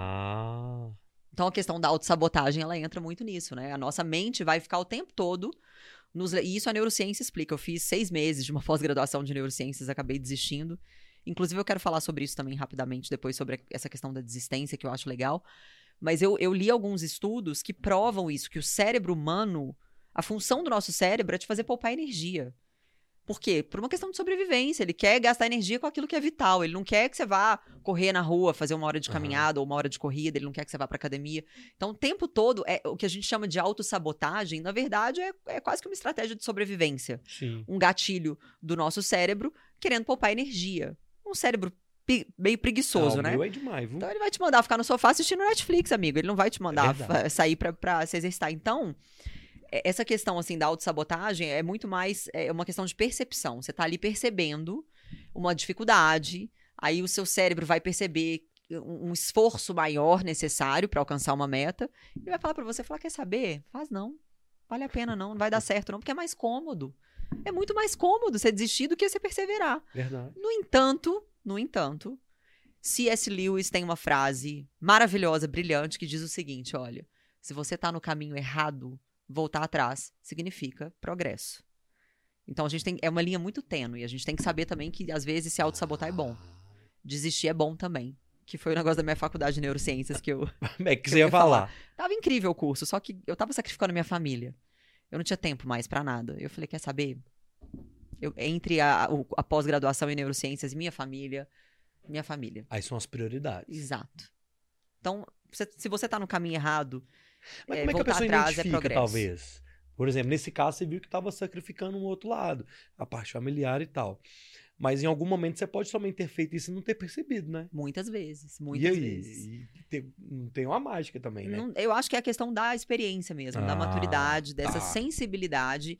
Então a questão da autossabotagem, ela entra muito nisso, né? A nossa mente vai ficar o tempo todo... E isso a neurociência explica. Eu fiz 6 meses de uma pós-graduação de neurociências, acabei desistindo. Inclusive eu quero falar sobre isso também rapidamente, depois sobre essa questão da desistência, que eu acho legal. Mas eu li alguns estudos que provam isso, que o cérebro humano, a função do nosso cérebro é te fazer poupar energia. Por quê? Por uma questão de sobrevivência. Ele quer gastar energia com aquilo que é vital. Ele não quer que você vá correr na rua, fazer 1 hora de caminhada ou 1 hora de corrida. Ele não quer que você vá pra academia. Então, o tempo todo, o que a gente chama de autossabotagem, na verdade, é quase que uma estratégia de sobrevivência. Sim. Um gatilho do nosso cérebro querendo poupar energia. Um cérebro meio preguiçoso, né? Meu é demais, viu? Então, ele vai te mandar ficar no sofá assistindo Netflix, amigo. Ele não vai te mandar sair pra se exercitar. Então... essa questão, assim, da autossabotagem é muito mais uma questão de percepção. Você tá ali percebendo uma dificuldade, aí o seu cérebro vai perceber um esforço maior necessário para alcançar uma meta, e vai falar para você, quer saber? Faz não. Vale a pena não vai dar certo não, porque é mais cômodo. É muito mais cômodo você desistir do que você perseverar. Verdade. No entanto, C.S. Lewis tem uma frase maravilhosa, brilhante, que diz o seguinte, olha, se você tá no caminho errado, voltar atrás significa progresso. Então, é uma linha muito tênue. A gente tem que saber também que, às vezes, se auto-sabotar é bom. Desistir é bom também. Que foi o negócio da minha faculdade de neurociências que eu... que você ia falar. Tava incrível o curso, só que eu tava sacrificando a minha família. Eu não tinha tempo mais pra nada. Eu falei, quer saber? Entre a pós-graduação em neurociências e minha família... Aí são as prioridades. Exato. Então, se você tá no caminho errado... Mas como é que a pessoa identifica, talvez? Por exemplo, nesse caso, você viu que estava sacrificando um outro lado, a parte familiar e tal. Mas em algum momento você pode somente ter feito isso e não ter percebido, né? Muitas vezes. E aí? Não tem uma mágica também, né? Eu acho que é a questão da experiência mesmo, da maturidade, dessa sensibilidade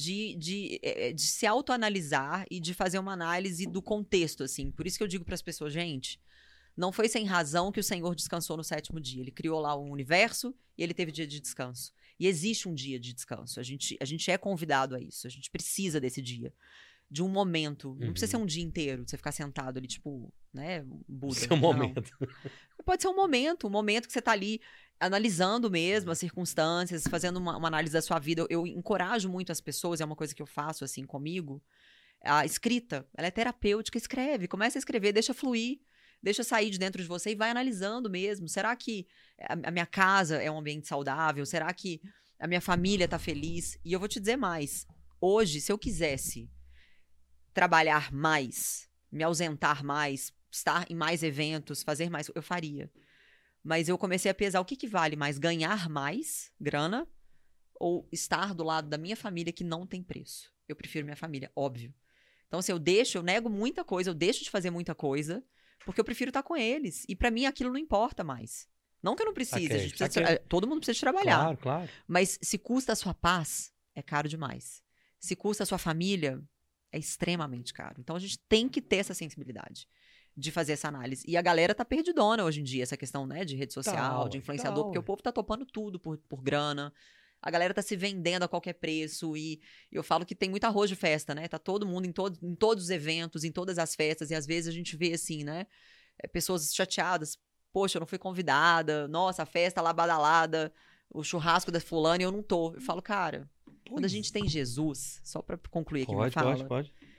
de se autoanalisar e de fazer uma análise do contexto, assim. Por isso que eu digo para as pessoas, gente... Não foi sem razão que o Senhor descansou no 7º dia. Ele criou lá o universo e ele teve dia de descanso. E existe um dia de descanso. A gente é convidado a isso. A gente precisa desse dia. De um momento. Não precisa ser um dia inteiro, de você ficar sentado ali, tipo, né, Buda. Seu momento. Pode ser um momento que você tá ali analisando mesmo as circunstâncias, fazendo uma análise da sua vida. Eu encorajo muito as pessoas, é uma coisa que eu faço assim comigo. A escrita, ela é terapêutica. Escreve, começa a escrever, deixa fluir. Deixa sair de dentro de você e vai analisando mesmo. Será que a minha casa é um ambiente saudável? Será que a minha família tá feliz? E eu vou te dizer mais. Hoje, se eu quisesse trabalhar mais, me ausentar mais, estar em mais eventos, fazer mais, eu faria. Mas eu comecei a pesar o que vale mais, ganhar mais grana ou estar do lado da minha família que não tem preço. Eu prefiro minha família, óbvio. Então, assim, eu nego muita coisa, eu deixo de fazer muita coisa, porque eu prefiro estar com eles. E pra mim aquilo não importa mais. Não que eu não precise, a gente precisa todo mundo precisa trabalhar. Claro, claro. Mas se custa a sua paz, é caro demais. Se custa a sua família, é extremamente caro. Então a gente tem que ter essa sensibilidade de fazer essa análise. E a galera tá perdidona hoje em dia, essa questão, né, de rede social, de influenciador, porque o povo tá topando tudo por grana. A galera tá se vendendo a qualquer preço e eu falo que tem muito arroz de festa, né? Tá todo mundo em todos os eventos, em todas as festas e às vezes a gente vê assim, né? Pessoas chateadas. Poxa, eu não fui convidada. Nossa, a festa lá badalada, o churrasco da fulana e eu não tô. Eu falo, cara, quando a gente tem Jesus, só pra concluir aqui minha fala. Pode.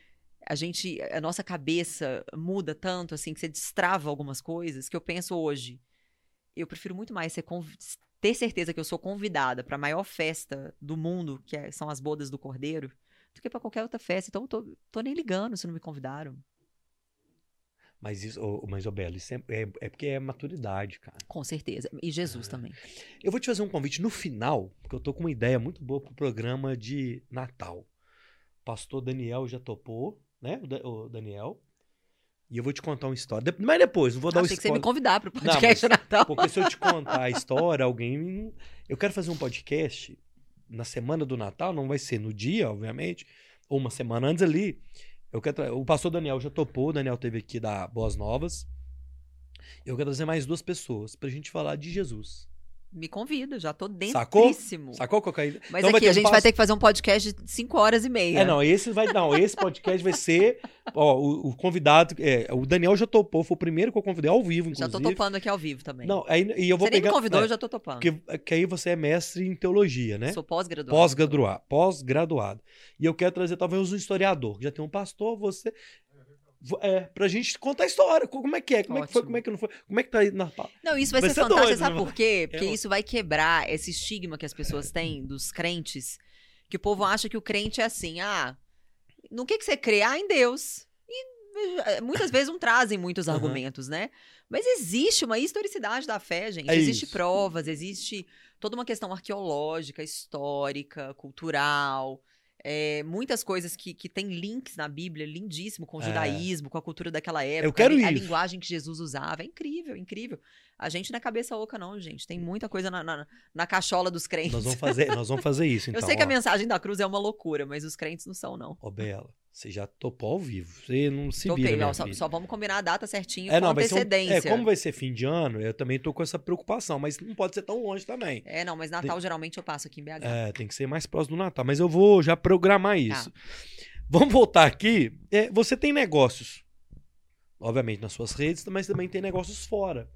a nossa cabeça muda tanto, assim, que você destrava algumas coisas, que eu penso hoje, eu prefiro muito mais ter certeza que eu sou convidada para a maior festa do mundo, são as bodas do Cordeiro, do que para qualquer outra festa. Então, eu tô nem ligando se não me convidaram. Mas isso, Bela, isso é porque é maturidade, cara. Com certeza. E Jesus também. Eu vou te fazer um convite no final, porque eu tô com uma ideia muito boa pro programa de Natal. O pastor Daniel já topou, né? O Daniel. E eu vou te contar uma história. Mas depois, não vou dar o Achei spoiler. que você ia me convidar pro podcast de Natal. Porque se eu te contar a história, alguém... Eu quero fazer um podcast na semana do Natal, não vai ser no dia, obviamente, ou uma semana antes ali. O pastor Daniel já topou, o Daniel teve aqui da Boas Novas. Eu quero trazer mais 2 pessoas pra gente falar de Jesus. Me convida, já tô Sacou? dentríssimo. Sacou qual que é? Mas então aqui, a gente vai ter que fazer um podcast de 5 horas e meia. Esse podcast vai ser... Ó, o convidado... o Daniel já topou, foi o primeiro que eu convidei ao vivo, inclusive. Já tô topando aqui ao vivo também. Não, e eu vou você nem me convidou, eu já tô topando. Porque aí você é mestre em teologia, né? Sou pós-graduado. Pós-graduado. E eu quero trazer talvez um historiador, que já tem um pastor, você... pra gente contar a história, como é que é, como é que foi, como é que não foi, como é que tá aí na... Não, isso vai ser fantástico, doido, sabe né? por quê? Porque isso vai quebrar esse estigma que as pessoas têm dos crentes, que o povo acha que o crente é assim, no que você crê? Em Deus. E muitas vezes não trazem muitos argumentos, né? Mas existe uma historicidade da fé, gente. Existe provas, existe toda uma questão arqueológica, histórica, cultural... muitas coisas que tem links na Bíblia, lindíssimo, com o judaísmo, com a cultura daquela época. Eu quero a linguagem que Jesus usava. É incrível, incrível. A gente não é cabeça oca, não, gente. Tem muita coisa na cachola dos crentes. Nós vamos fazer isso, então. Eu sei que a mensagem da cruz é uma loucura, mas os crentes não são, não. Ô, Bela, você já topou ao vivo. Você não se Topei, vira, só vamos combinar a data certinho com antecedência. Como vai ser fim de ano, eu também tô com essa preocupação, mas não pode ser tão longe também. Não, mas Natal geralmente eu passo aqui em BH. Tem que ser mais próximo do Natal, mas eu vou já programar isso. Vamos voltar aqui. Você tem negócios, obviamente, nas suas redes, mas também tem negócios fora.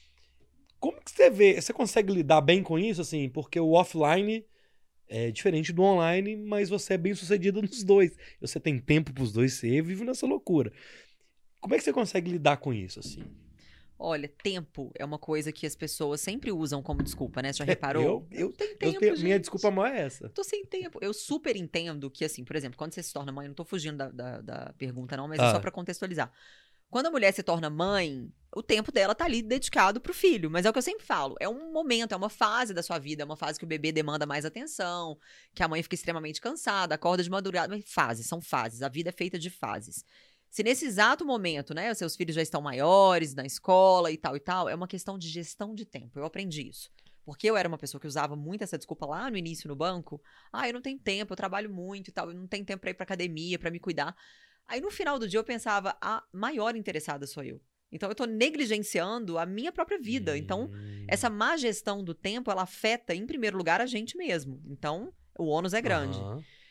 Como que você vê? Você consegue lidar bem com isso, assim? Porque o offline é diferente do online, mas você é bem sucedido nos dois. Você tem tempo pros dois, você vive nessa loucura. Como é que você consegue lidar com isso, assim? Olha, tempo é uma coisa que as pessoas sempre usam como desculpa, né? Você já reparou? Eu tenho tempo, gente. Minha desculpa maior é essa. Tô sem tempo. Eu super entendo que, assim, por exemplo, quando você se torna mãe, eu não tô fugindo da pergunta, não, mas é só pra contextualizar. Quando a mulher se torna mãe, o tempo dela tá ali dedicado pro filho. Mas é o que eu sempre falo, é um momento, é uma fase da sua vida, é uma fase que o bebê demanda mais atenção, que a mãe fica extremamente cansada, acorda de madrugada. Mas são fases, a vida é feita de fases. Se nesse exato momento, né, os seus filhos já estão maiores, na escola e tal, é uma questão de gestão de tempo. Eu aprendi isso. Porque eu era uma pessoa que usava muito essa desculpa lá no início no banco. Eu não tenho tempo, eu trabalho muito e tal, eu não tenho tempo pra ir pra academia, pra me cuidar. Aí no final do dia eu pensava, a maior interessada sou eu. Então eu tô negligenciando a minha própria vida. Então essa má gestão do tempo, ela afeta em primeiro lugar a gente mesmo. Então o ônus é grande.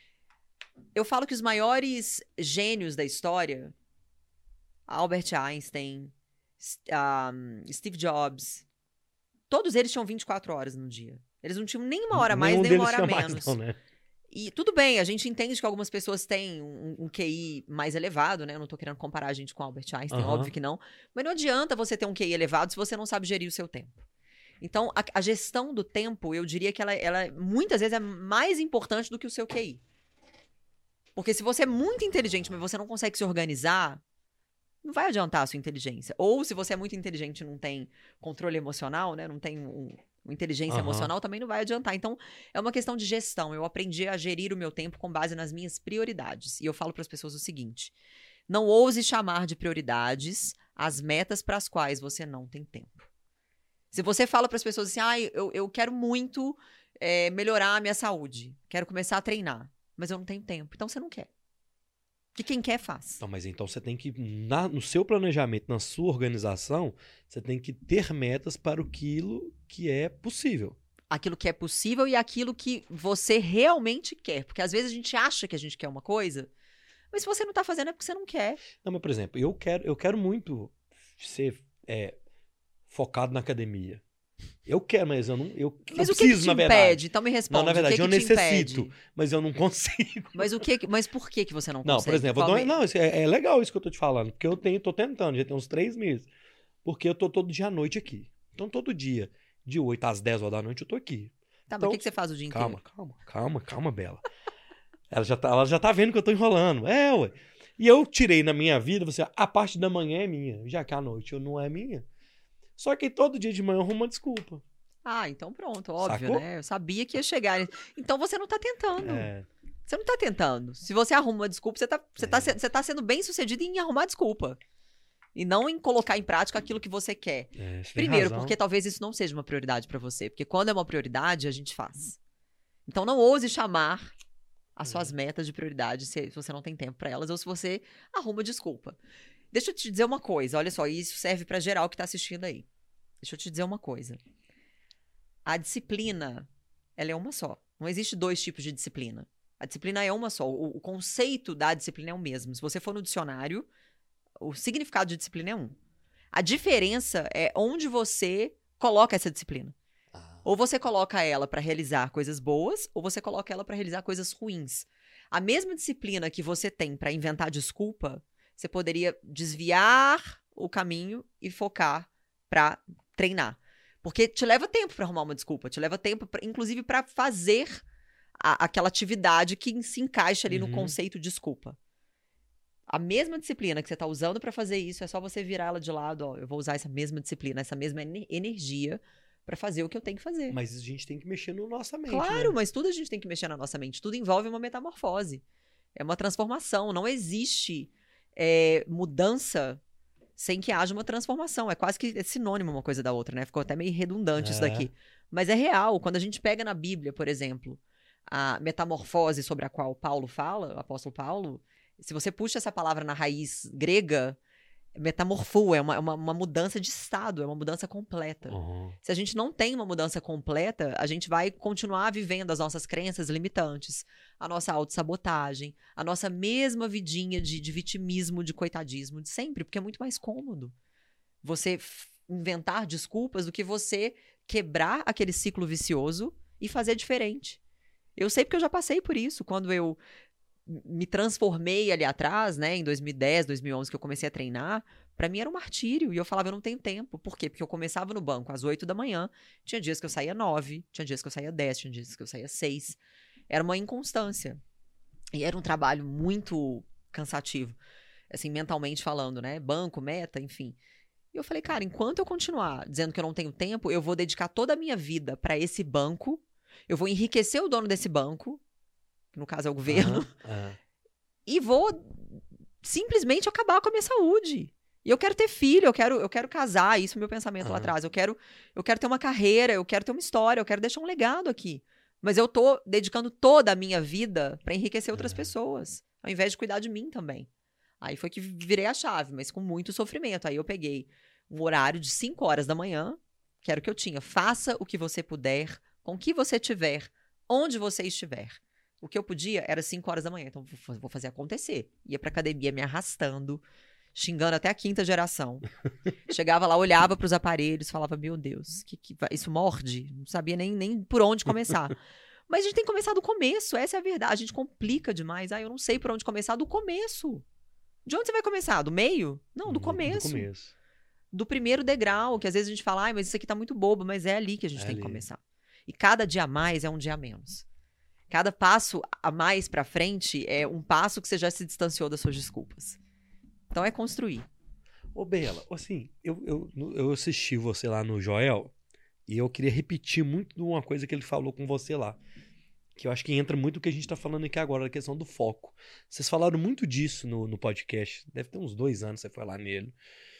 Eu falo que os maiores gênios da história, Albert Einstein, Steve Jobs, todos eles tinham 24 horas no dia. Eles não tinham nem uma hora a mais, nem uma hora a menos. Não, né? E tudo bem, a gente entende que algumas pessoas têm um QI mais elevado, né? Eu não tô querendo comparar a gente com Albert Einstein, óbvio que não. Mas não adianta você ter um QI elevado se você não sabe gerir o seu tempo. Então, a gestão do tempo, eu diria que ela muitas vezes é mais importante do que o seu QI. Porque se você é muito inteligente, mas você não consegue se organizar, não vai adiantar a sua inteligência. Ou se você é muito inteligente e não tem controle emocional, né? Não tem uma inteligência emocional, também não vai adiantar. Então, é uma questão de gestão. Eu aprendi a gerir o meu tempo com base nas minhas prioridades. E eu falo para as pessoas o seguinte: não ouse chamar de prioridades as metas para as quais você não tem tempo. Se você fala para as pessoas assim, eu quero muito melhorar a minha saúde, quero começar a treinar, mas eu não tenho tempo. Então, você não quer. Que quem quer faz. Não, mas então você tem que, no seu planejamento, na sua organização, você tem que ter metas para aquilo que é possível. Aquilo que é possível e aquilo que você realmente quer. Porque às vezes a gente acha que a gente quer uma coisa, mas se você não tá fazendo é porque você não quer. Não, mas por exemplo, eu quero muito ser focado na academia. Eu quero, mas eu não. Mas eu o que preciso, te na verdade. impede? Então me responde. Não, na verdade, o que eu que te necessito, impede? mas eu não consigo. Mas por que você não Não, consegue? por exemplo, não, isso é legal isso que eu tô te falando, porque eu tô tentando, já tem uns 3 meses. Porque eu tô todo dia à noite aqui. Então, todo dia, de 8 às 10 horas da noite, eu tô aqui. Tá, Então, mas o que você faz o dia inteiro? Calma, Bela. ela já tá vendo que eu tô enrolando. Ué. E eu tirei na minha vida, a parte da manhã é minha, já que a noite não é minha. Só que todo dia de manhã eu arrumo uma desculpa. Ah, então pronto, óbvio, Sacou? né? Eu sabia que ia chegar. Então você não tá tentando. É. Você não tá tentando. Se você arruma uma desculpa, você tá sendo bem sucedido em arrumar desculpa. E não em colocar em prática aquilo que você quer. Você tem Primeiro, razão. porque talvez isso não seja uma prioridade pra você. Porque quando é uma prioridade, a gente faz. Então não ouse chamar as suas metas de prioridade se você não tem tempo pra elas ou se você arruma desculpa. Deixa eu te dizer uma coisa. Olha só, isso serve pra geral que tá assistindo aí. Deixa eu te dizer uma coisa. A disciplina, ela é uma só. Não existe 2 tipos de disciplina. A disciplina é uma só. O conceito da disciplina é o mesmo. Se você for no dicionário, o significado de disciplina é um. A diferença é onde você coloca essa disciplina. Ou você coloca ela para realizar coisas boas, ou você coloca ela para realizar coisas ruins. A mesma disciplina que você tem para inventar desculpa, você poderia desviar o caminho e focar para treinar. Porque te leva tempo para arrumar uma desculpa, te leva tempo, inclusive, para fazer aquela atividade que se encaixa ali no conceito desculpa. A mesma disciplina que você está usando para fazer isso, é só você virar ela de lado. Ó, eu vou usar essa mesma disciplina, essa mesma energia para fazer o que eu tenho que fazer. Mas a gente tem que mexer na nossa mente, Claro, né? mas tudo a gente tem que mexer na nossa mente. Tudo envolve uma metamorfose. É uma transformação. Não existe mudança sem que haja uma transformação. É quase que sinônimo uma coisa da outra, né? Ficou até meio redundante isso daqui. Mas é real. Quando a gente pega na Bíblia, por exemplo, a metamorfose sobre a qual Paulo fala, o apóstolo Paulo, se você puxa essa palavra na raiz grega, metamorfo, é uma mudança de estado, é uma mudança completa. Se a gente não tem uma mudança completa, a gente vai continuar vivendo as nossas crenças limitantes, a nossa autossabotagem, a nossa mesma vidinha de vitimismo, de coitadismo, de sempre, porque é muito mais cômodo você inventar desculpas do que você quebrar aquele ciclo vicioso e fazer diferente. Eu sei porque eu já passei por isso, quando eu me transformei ali atrás, né, em 2010, 2011, que eu comecei a treinar, pra mim era um martírio, e eu falava, eu não tenho tempo. Por quê? Porque eu começava no banco às 8 da manhã, tinha dias que eu saía 9, tinha dias que eu saía 10, tinha dias que eu saía 6. Era uma inconstância. E era um trabalho muito cansativo, assim, mentalmente falando, né, banco, meta, enfim. E eu falei, cara, enquanto eu continuar dizendo que eu não tenho tempo, eu vou dedicar toda a minha vida pra esse banco, eu vou enriquecer o dono desse banco, que no caso é o governo, e vou simplesmente acabar com a minha saúde. E eu quero ter filho, eu quero casar, isso é o meu pensamento lá atrás. Eu quero ter uma carreira, eu quero ter uma história, eu quero deixar um legado aqui. Mas eu tô dedicando toda a minha vida pra enriquecer outras pessoas, ao invés de cuidar de mim também. Aí foi que virei a chave, mas com muito sofrimento. Aí eu peguei um horário de 5 horas da manhã, que era o que eu tinha. Faça o que você puder, com o que você tiver, onde você estiver. O que eu podia era 5 horas da manhã, então vou fazer acontecer. Ia pra academia me arrastando, xingando até a 5ª geração. Chegava lá, olhava pros aparelhos, falava, meu Deus, isso morde? Não sabia nem por onde começar. Mas a gente tem que começar do começo, essa é a verdade. A gente complica demais. Eu não sei por onde começar, do começo. De onde você vai começar? Do meio? Não, do começo. Do começo. Do primeiro degrau, que às vezes a gente fala, mas isso aqui tá muito bobo, mas é ali que a gente tem que começar. E cada dia a mais é um dia a menos. Cada passo a mais pra frente é um passo que você já se distanciou das suas desculpas. Então é construir. Ô, Bela, assim, eu assisti você lá no Joel e eu queria repetir muito de uma coisa que ele falou com você lá. Que eu acho que entra muito no que a gente tá falando aqui agora, a questão do foco. Vocês falaram muito disso no podcast. Deve ter uns 2 anos que você foi lá nele.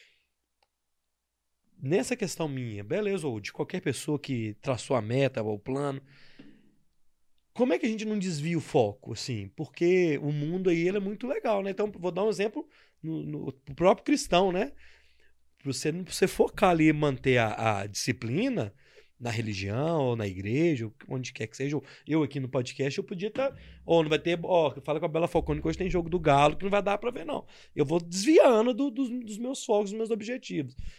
Nessa questão minha, beleza, ou de qualquer pessoa que traçou a meta ou o plano, como é que a gente não desvia o foco, assim? Porque o mundo aí, ele é muito legal, né? Então, vou dar um exemplo no próprio cristão, né? Pra você focar ali e manter a disciplina na religião, ou na igreja, onde quer que seja. Eu aqui no podcast, eu podia estar... Ou não vai ter... Fala com a Bela Falcone que hoje tem jogo do Galo, que não vai dar pra ver, não. Eu vou desviando dos meus focos, dos meus objetivos.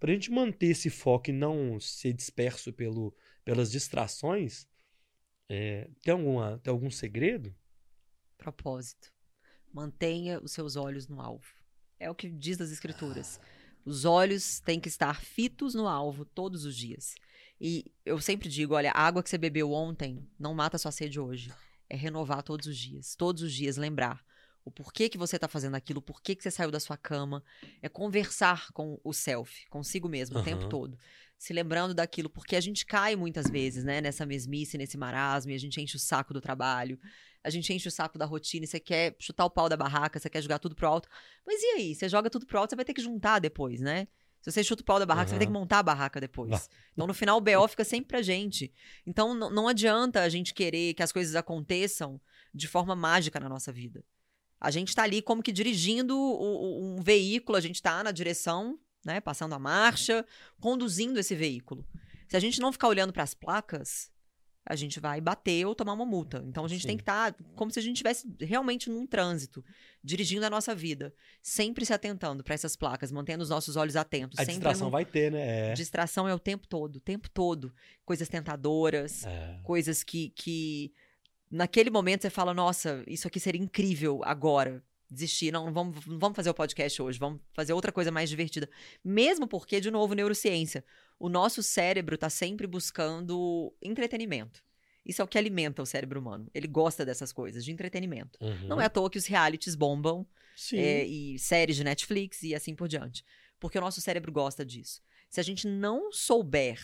pra gente manter esse foco e não ser disperso pelas distrações, tem algum segredo? Propósito. Mantenha os seus olhos no alvo. É o que diz as escrituras. Os olhos têm que estar fitos no alvo todos os dias. E eu sempre digo, olha, a água que você bebeu ontem não mata a sua sede hoje. É renovar todos os dias lembrar o porquê que você está fazendo aquilo, o porquê que você saiu da sua cama. É conversar com o self, consigo mesmo, o tempo todo. Se lembrando daquilo, porque a gente cai muitas vezes, né, nessa mesmice, nesse marasmo, e a gente enche o saco do trabalho, a gente enche o saco da rotina, e você quer chutar o pau da barraca, você quer jogar tudo pro alto. Mas e aí? Você joga tudo pro alto, você vai ter que juntar depois, né? Se você chuta o pau da barraca, você vai ter que montar a barraca depois. Então, no final, o BO fica sempre pra gente. Então, não adianta a gente querer que as coisas aconteçam de forma mágica na nossa vida. A gente tá ali como que dirigindo um veículo, a gente tá na direção, né, passando a marcha, conduzindo esse veículo. Se a gente não ficar olhando para as placas, a gente vai bater ou tomar uma multa. Então a gente tem que estar como se a gente estivesse realmente num trânsito, dirigindo a nossa vida, sempre se atentando para essas placas, mantendo os nossos olhos atentos. A distração vai ter, né? Distração é o tempo todo. Coisas tentadoras, coisas que naquele momento você fala, nossa, isso aqui seria incrível agora. Desistir, não vamos fazer o podcast hoje, vamos fazer outra coisa mais divertida. Mesmo porque, de novo, neurociência. O nosso cérebro está sempre buscando entretenimento. Isso é o que alimenta o cérebro humano. Ele gosta dessas coisas, de entretenimento. Não é à toa que os realities bombam, e séries de Netflix e assim por diante. Porque o nosso cérebro gosta disso. Se a gente não souber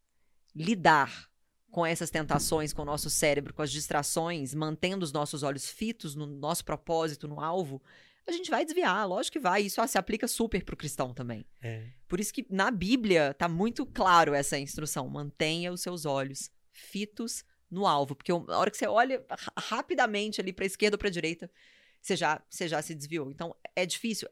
lidar com essas tentações, com o nosso cérebro, com as distrações, mantendo os nossos olhos fitos no nosso propósito, no alvo, a gente vai desviar, lógico que vai. Isso se aplica super pro cristão também. Por isso que na Bíblia tá muito claro essa instrução. Mantenha os seus olhos fitos no alvo. Porque a hora que você olha rapidamente ali pra esquerda ou pra direita, você já se desviou. Então, é difícil,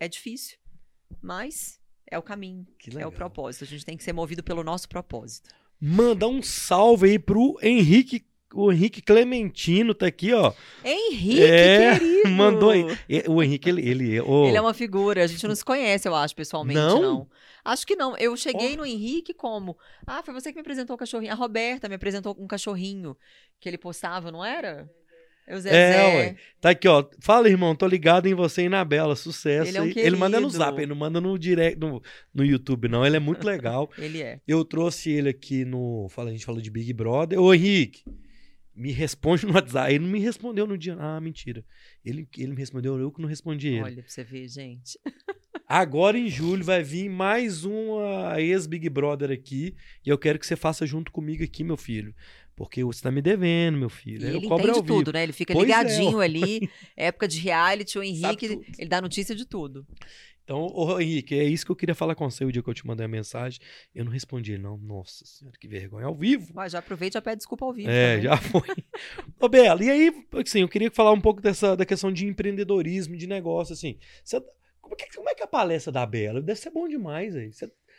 mas é o caminho, é o propósito. A gente tem que ser movido pelo nosso propósito. Mandar um salve aí pro Henrique. O Henrique Clementino tá aqui, ó. Henrique, querido! Mandou aí. O Henrique, ele é uma figura. A gente não se conhece, eu acho, pessoalmente, não. Acho que não. Eu cheguei no Henrique como... foi você que me apresentou o cachorrinho. A Roberta me apresentou um cachorrinho que ele postava, não era? O Zezé. Ué. Tá aqui, ó. Fala, irmão, tô ligado em você e na Bela. Sucesso. Ele é um querido. Ele manda no Zap, ele não manda no direct, no YouTube, não. Ele é muito legal. Ele é. Eu trouxe ele aqui a gente falou de Big Brother. Ô, Henrique, me responde no WhatsApp. Ele não me respondeu no dia. Mentira. Ele me respondeu, eu que não respondi ele. Olha pra você ver, gente. Agora, em julho, vai vir mais uma ex-Big Brother aqui. E eu quero que você faça junto comigo aqui, meu filho. Porque você tá me devendo, meu filho. E ele entende tudo, né? Ele fica ligadinho ali. Época de reality, o Henrique, ele dá notícia de tudo. Então, Henrique, é isso que eu queria falar com você o dia que eu te mandei a mensagem. Eu não respondi ele, não. Nossa senhora, que vergonha. Ao vivo. Já aproveita e já pede desculpa ao vivo. Também. Já foi. Ô, Bela, e aí, assim, eu queria falar um pouco da questão de empreendedorismo, de negócio, assim. Como é que é a palestra da Bela? Deve ser bom demais, aí.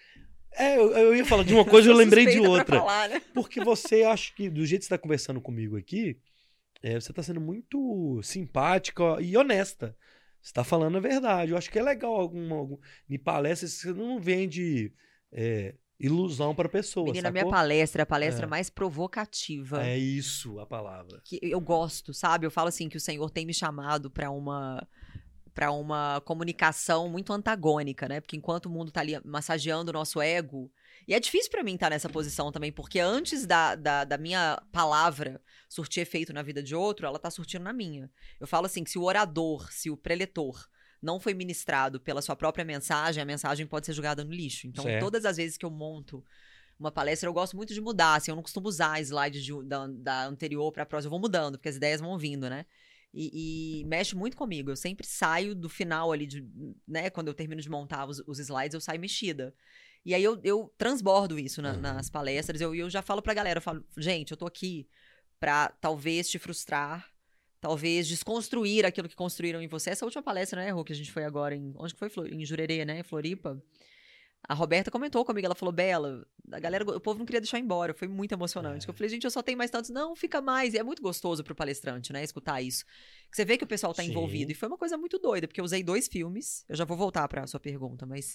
Eu ia falar de uma coisa e eu lembrei de outra. Falar, né? Porque você acha que, do jeito que você está conversando comigo aqui, você está sendo muito simpática e honesta. Você está falando a verdade. Eu acho que é legal em palestras você não vende ilusão para pessoa. Menina, minha palestra é a palestra mais provocativa. É isso a palavra. Que eu gosto, sabe? Eu falo assim que o Senhor tem me chamado para uma comunicação muito antagônica, né? Porque enquanto o mundo tá ali massageando o nosso ego... E é difícil pra mim estar nessa posição também, porque antes da minha palavra surtir efeito na vida de outro, ela tá surtindo na minha. Eu falo assim, que se o orador, se o preletor não foi ministrado pela sua própria mensagem, a mensagem pode ser jogada no lixo. Então, todas as vezes que eu monto uma palestra, eu gosto muito de mudar, assim, eu não costumo usar slides da anterior pra próxima, eu vou mudando, porque as ideias vão vindo, né? E mexe muito comigo. Eu sempre saio do final ali, né? Quando eu termino de montar os slides, eu saio mexida. E aí eu transbordo isso nas palestras. Eu já falo pra galera, eu falo, gente, eu tô aqui pra talvez te frustrar, talvez desconstruir aquilo que construíram em você. Essa última palestra, né, Rô, que a gente foi agora onde que foi? Em Jurerê, né? Floripa. A Roberta comentou comigo, ela falou, Bela, a galera, o povo não queria deixar embora, foi muito emocionante. Eu falei, gente, eu só tenho mais tantos. Não, fica mais. E é muito gostoso pro palestrante, né, escutar isso. Você vê que o pessoal tá envolvido. E foi uma coisa muito doida, porque eu usei 2 filmes. Eu já vou voltar pra sua pergunta, mas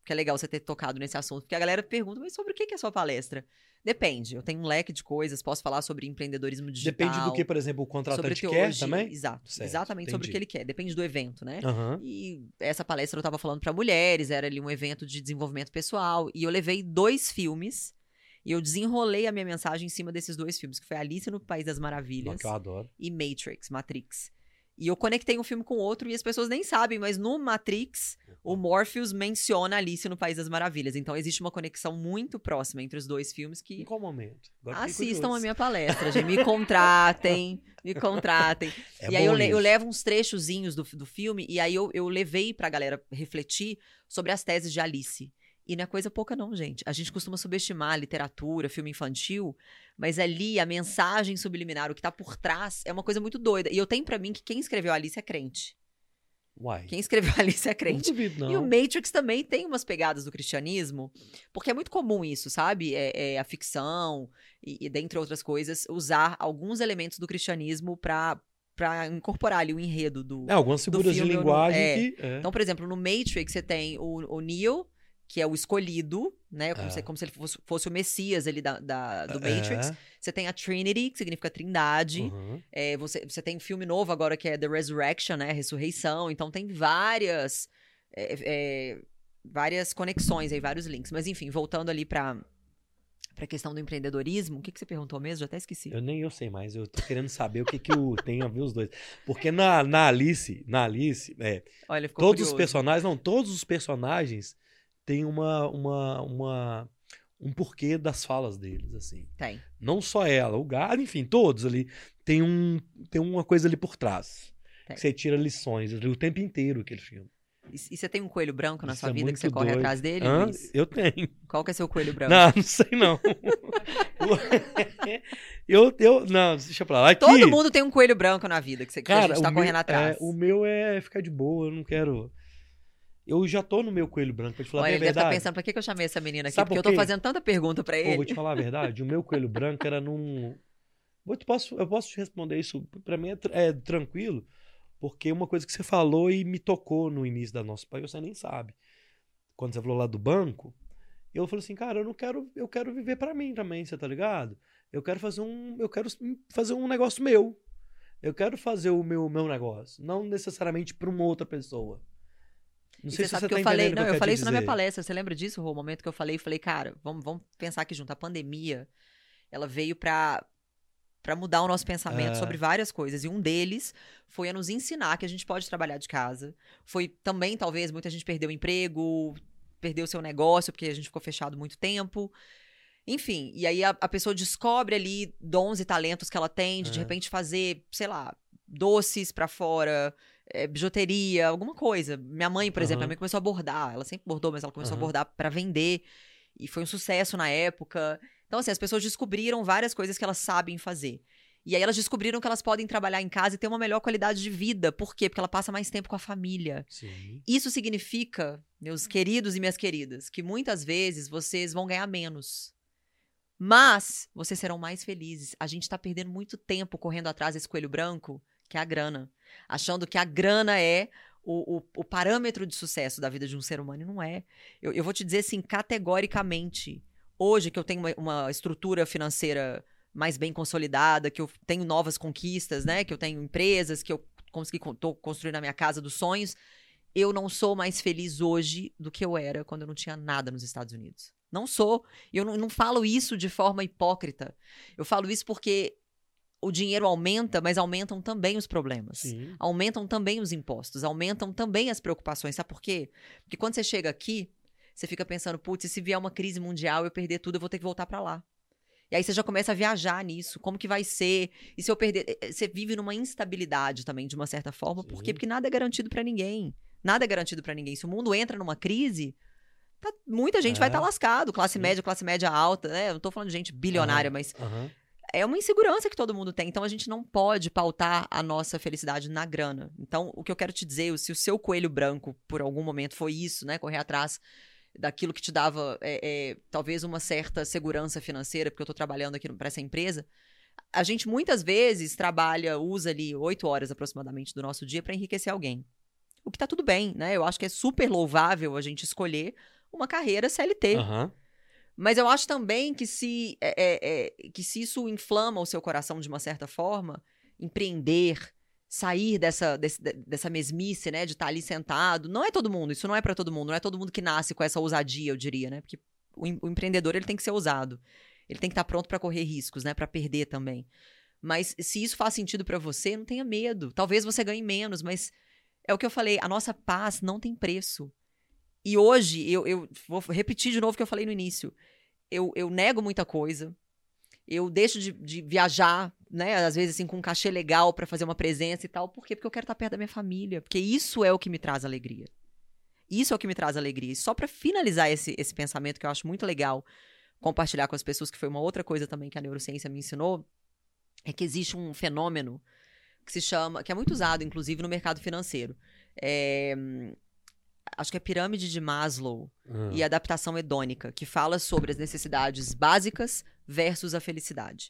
que é legal você ter tocado nesse assunto, porque a galera pergunta, mas sobre o que é a sua palestra? Depende, eu tenho um leque de coisas, posso falar sobre empreendedorismo digital. Depende do que, por exemplo, o contratante sobre quer também? Exato, Certo, exatamente sobre o entendi. que ele quer, depende do evento, né? Aham. E essa palestra eu tava falando pra mulheres, era ali um evento de desenvolvimento pessoal, e eu levei 2 filmes, e eu desenrolei a minha mensagem em cima desses 2 filmes, que foi Alice no País das Maravilhas Que eu adoro. e Matrix. E eu conectei um filme com outro e as pessoas nem sabem, mas no Matrix, o Morpheus menciona Alice no País das Maravilhas. Então existe uma conexão muito próxima entre os 2 filmes Em que qual momento? Agora fiquei assistam curioso. a minha palestra, gente. Me contratem, me contratem. É E aí eu bom isso. levo uns trechozinhos do filme e aí eu levei pra galera refletir sobre as teses de Alice. E não é coisa pouca não, gente. A gente costuma subestimar a literatura, filme infantil, mas ali a mensagem subliminar, o que tá por trás, é uma coisa muito doida. E eu tenho pra mim que quem escreveu Alice é crente. Uai. Quem escreveu Alice é Não crente. duvido, não. E o Matrix também tem umas pegadas do cristianismo, porque é muito comum isso, sabe? A ficção, e dentre outras coisas, usar alguns elementos do cristianismo pra incorporar ali o enredo do... Algumas figuras de filme ou no- linguagem é. que... É. Então, por exemplo, no Matrix você tem o Neo, que é o escolhido, né? Como se ele fosse o Messias ali do Matrix. Você tem a Trinity, que significa trindade. Uhum. Você tem um filme novo agora que é The Resurrection, né? Ressurreição. Então tem várias conexões aí, vários links. Mas enfim, voltando ali pra questão do empreendedorismo, o que você perguntou mesmo? Já até esqueci. Eu sei mais, eu tô querendo saber o que tem a ver os dois. Porque na Alice, Olha, ficou todos os curioso. personagens, não, todos os personagens têm um porquê das falas deles, assim. Tem. Não só ela, o Gado, enfim, todos ali. Tem uma coisa ali por trás. Tem. Que você tira lições o tempo inteiro aquele filme. E você tem um coelho branco na Isso sua é vida que muito você corre doido. atrás dele, Hã? Luiz? Eu tenho. Qual que é seu coelho branco? Não sei não. Não, deixa pra lá. Aqui, Todo mundo tem um coelho branco na vida que a cara, gente tá correndo atrás. o meu é ficar de boa, eu não quero... Eu já tô no meu coelho branco, pra te falar Olha, bem a ele deve estar verdade. pensando, pra que eu chamei essa menina aqui? Sabe Porque eu por tô quê? fazendo tanta pergunta pra Pô, ele. vou te falar a verdade, o meu coelho branco era num... Eu posso te responder isso, pra mim é tranquilo, porque uma coisa que você falou e me tocou no início da nossa pai, você nem sabe. Quando você falou lá do banco, eu falei assim, cara, eu quero viver pra mim também, você tá ligado? Eu quero fazer um negócio meu. Eu quero fazer o meu negócio, não necessariamente pra uma outra pessoa. Não E sei você se sabe você que tá eu falei, entendendo o não, que eu quero falei te isso na minha dizer. palestra. Você lembra disso, Rô? O momento que eu falei cara, vamos pensar aqui junto. A pandemia, ela veio pra mudar o nosso pensamento sobre várias coisas. E um deles foi a nos ensinar que a gente pode trabalhar de casa. Foi também, talvez, muita gente perdeu o emprego, perdeu o seu negócio, porque a gente ficou fechado muito tempo. Enfim, e aí a pessoa descobre ali dons e talentos que ela tem, de repente fazer, sei lá, doces pra fora, bijuteria, alguma coisa. Minha mãe, por exemplo, minha mãe começou a bordar. Ela sempre bordou, mas ela começou a bordar pra vender. E foi um sucesso na época. Então, assim, as pessoas descobriram várias coisas que elas sabem fazer. E aí elas descobriram que elas podem trabalhar em casa e ter uma melhor qualidade de vida. Por quê? Porque ela passa mais tempo com a família. Sim. Isso significa, meus queridos e minhas queridas, que muitas vezes vocês vão ganhar menos. Mas vocês serão mais felizes. A gente tá perdendo muito tempo correndo atrás desse coelho branco, que é a grana. Achando que a grana é o parâmetro de sucesso da vida de um ser humano. E não é. Eu vou te dizer assim, categoricamente, hoje que eu tenho uma estrutura financeira mais bem consolidada, que eu tenho novas conquistas, né? Que eu tenho empresas, que eu tô construindo a minha casa dos sonhos, eu não sou mais feliz hoje do que eu era quando eu não tinha nada nos Estados Unidos. Não sou. Eu não falo isso de forma hipócrita. Eu falo isso porque o dinheiro aumenta, mas aumentam também os problemas. Sim. Aumentam também os impostos, aumentam também as preocupações. Sabe por quê? Porque quando você chega aqui, você fica pensando, putz, e se vier uma crise mundial, eu perder tudo, eu vou ter que voltar pra lá. E aí você já começa a viajar nisso, como que vai ser? E se eu perder... Você vive numa instabilidade também, de uma certa forma. Por quê? Porque nada é garantido pra ninguém. Nada é garantido pra ninguém. Se o mundo entra numa crise, muita gente vai estar lascado. Classe média alta, né? Eu não tô falando de gente bilionária, mas... É uma insegurança que todo mundo tem. Então, a gente não pode pautar a nossa felicidade na grana. Então, o que eu quero te dizer, se o seu coelho branco, por algum momento, foi isso, né? Correr atrás daquilo que te dava, talvez, uma certa segurança financeira, porque eu tô trabalhando aqui para essa empresa. A gente, muitas vezes, usa ali 8 horas, aproximadamente, do nosso dia para enriquecer alguém. O que tá tudo bem, né? Eu acho que é super louvável a gente escolher uma carreira CLT. Aham. Mas eu acho também que se isso inflama o seu coração de uma certa forma, empreender, sair dessa mesmice, né, de estar ali sentado, não é todo mundo, isso não é pra todo mundo, não é todo mundo que nasce com essa ousadia, eu diria, né, porque o empreendedor, ele tem que ser ousado, ele tem que estar pronto pra correr riscos, né, pra perder também. Mas se isso faz sentido pra você, não tenha medo, talvez você ganhe menos, mas é o que eu falei, a nossa paz não tem preço. E hoje, eu vou repetir de novo o que eu falei no início. Eu nego muita coisa. Eu deixo de viajar, né? Às vezes, assim, com um cachê legal pra fazer uma presença e tal. Por quê? Porque eu quero estar perto da minha família. Porque isso é o que me traz alegria. Isso é o que me traz alegria. E só pra finalizar esse pensamento, que eu acho muito legal compartilhar com as pessoas, que foi uma outra coisa também que a neurociência me ensinou, é que existe um fenômeno que se chama... que é muito usado, inclusive, no mercado financeiro. Acho que é a pirâmide de Maslow e adaptação hedônica, que fala sobre as necessidades básicas versus a felicidade.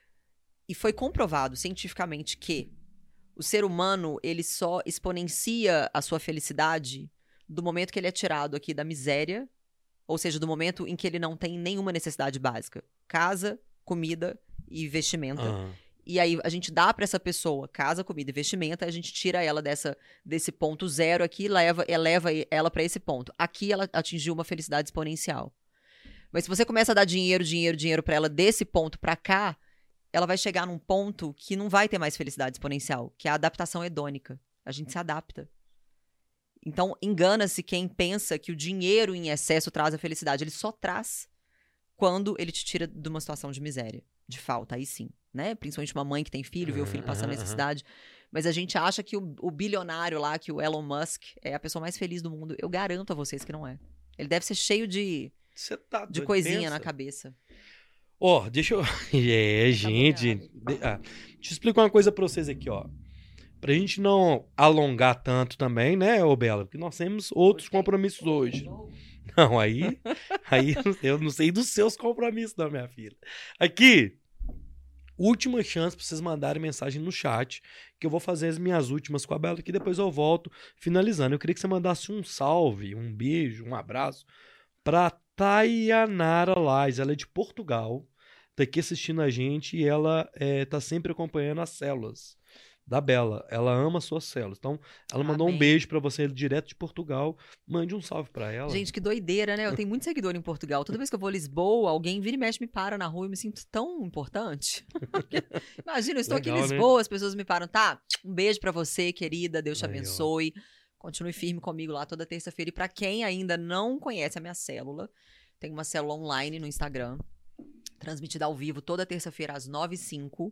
E foi comprovado cientificamente que o ser humano, ele só exponencia a sua felicidade do momento que ele é tirado aqui da miséria, ou seja, do momento em que ele não tem nenhuma necessidade básica. Casa, comida e vestimenta. E aí a gente dá pra essa pessoa casa, comida e vestimenta, a gente tira ela desse ponto zero aqui e eleva ela pra esse ponto. Aqui ela atingiu uma felicidade exponencial. Mas se você começa a dar dinheiro pra ela desse ponto pra cá, ela vai chegar num ponto que não vai ter mais felicidade exponencial, que é a adaptação hedônica. A gente se adapta. Então, engana-se quem pensa que o dinheiro em excesso traz a felicidade. Ele só traz quando ele te tira de uma situação de miséria, de falta, aí sim. Né? Principalmente uma mãe que tem filho, vê o filho passando necessidade. Mas a gente acha que o bilionário lá, que o Elon Musk, é a pessoa mais feliz do mundo. Eu garanto a vocês que não é. Ele deve ser cheio de coisinha na cabeça. Ó, deixa eu... gente... Deixa eu explicar uma coisa pra vocês aqui, ó. Pra gente não alongar tanto também, né, ô Bela? Porque nós temos outros compromissos hoje. Não, aí eu não sei dos seus compromissos, não, minha filha. Aqui... Última chance para vocês mandarem mensagem no chat, que eu vou fazer as minhas últimas com a Bela, que depois eu volto finalizando. Eu queria que você mandasse um salve, um beijo, um abraço para Tayanara Lais. Ela é de Portugal, tá aqui assistindo a gente e ela tá sempre acompanhando as células da Bela. Ela ama suas células. Então, ela mandou um beijo pra você direto de Portugal. Mande um salve pra ela. Gente, que doideira, né? Eu tenho muito seguidor em Portugal. Toda vez que eu vou a Lisboa, alguém vira e mexe, me para na rua e me sinto tão importante. Imagina, eu estou aqui em Lisboa, né? As pessoas me param. Tá, um beijo pra você, querida. Deus te abençoe. Continue firme comigo lá toda terça-feira. E pra quem ainda não conhece a minha célula, tem uma célula online no Instagram, transmitida ao vivo toda terça-feira às 9h05.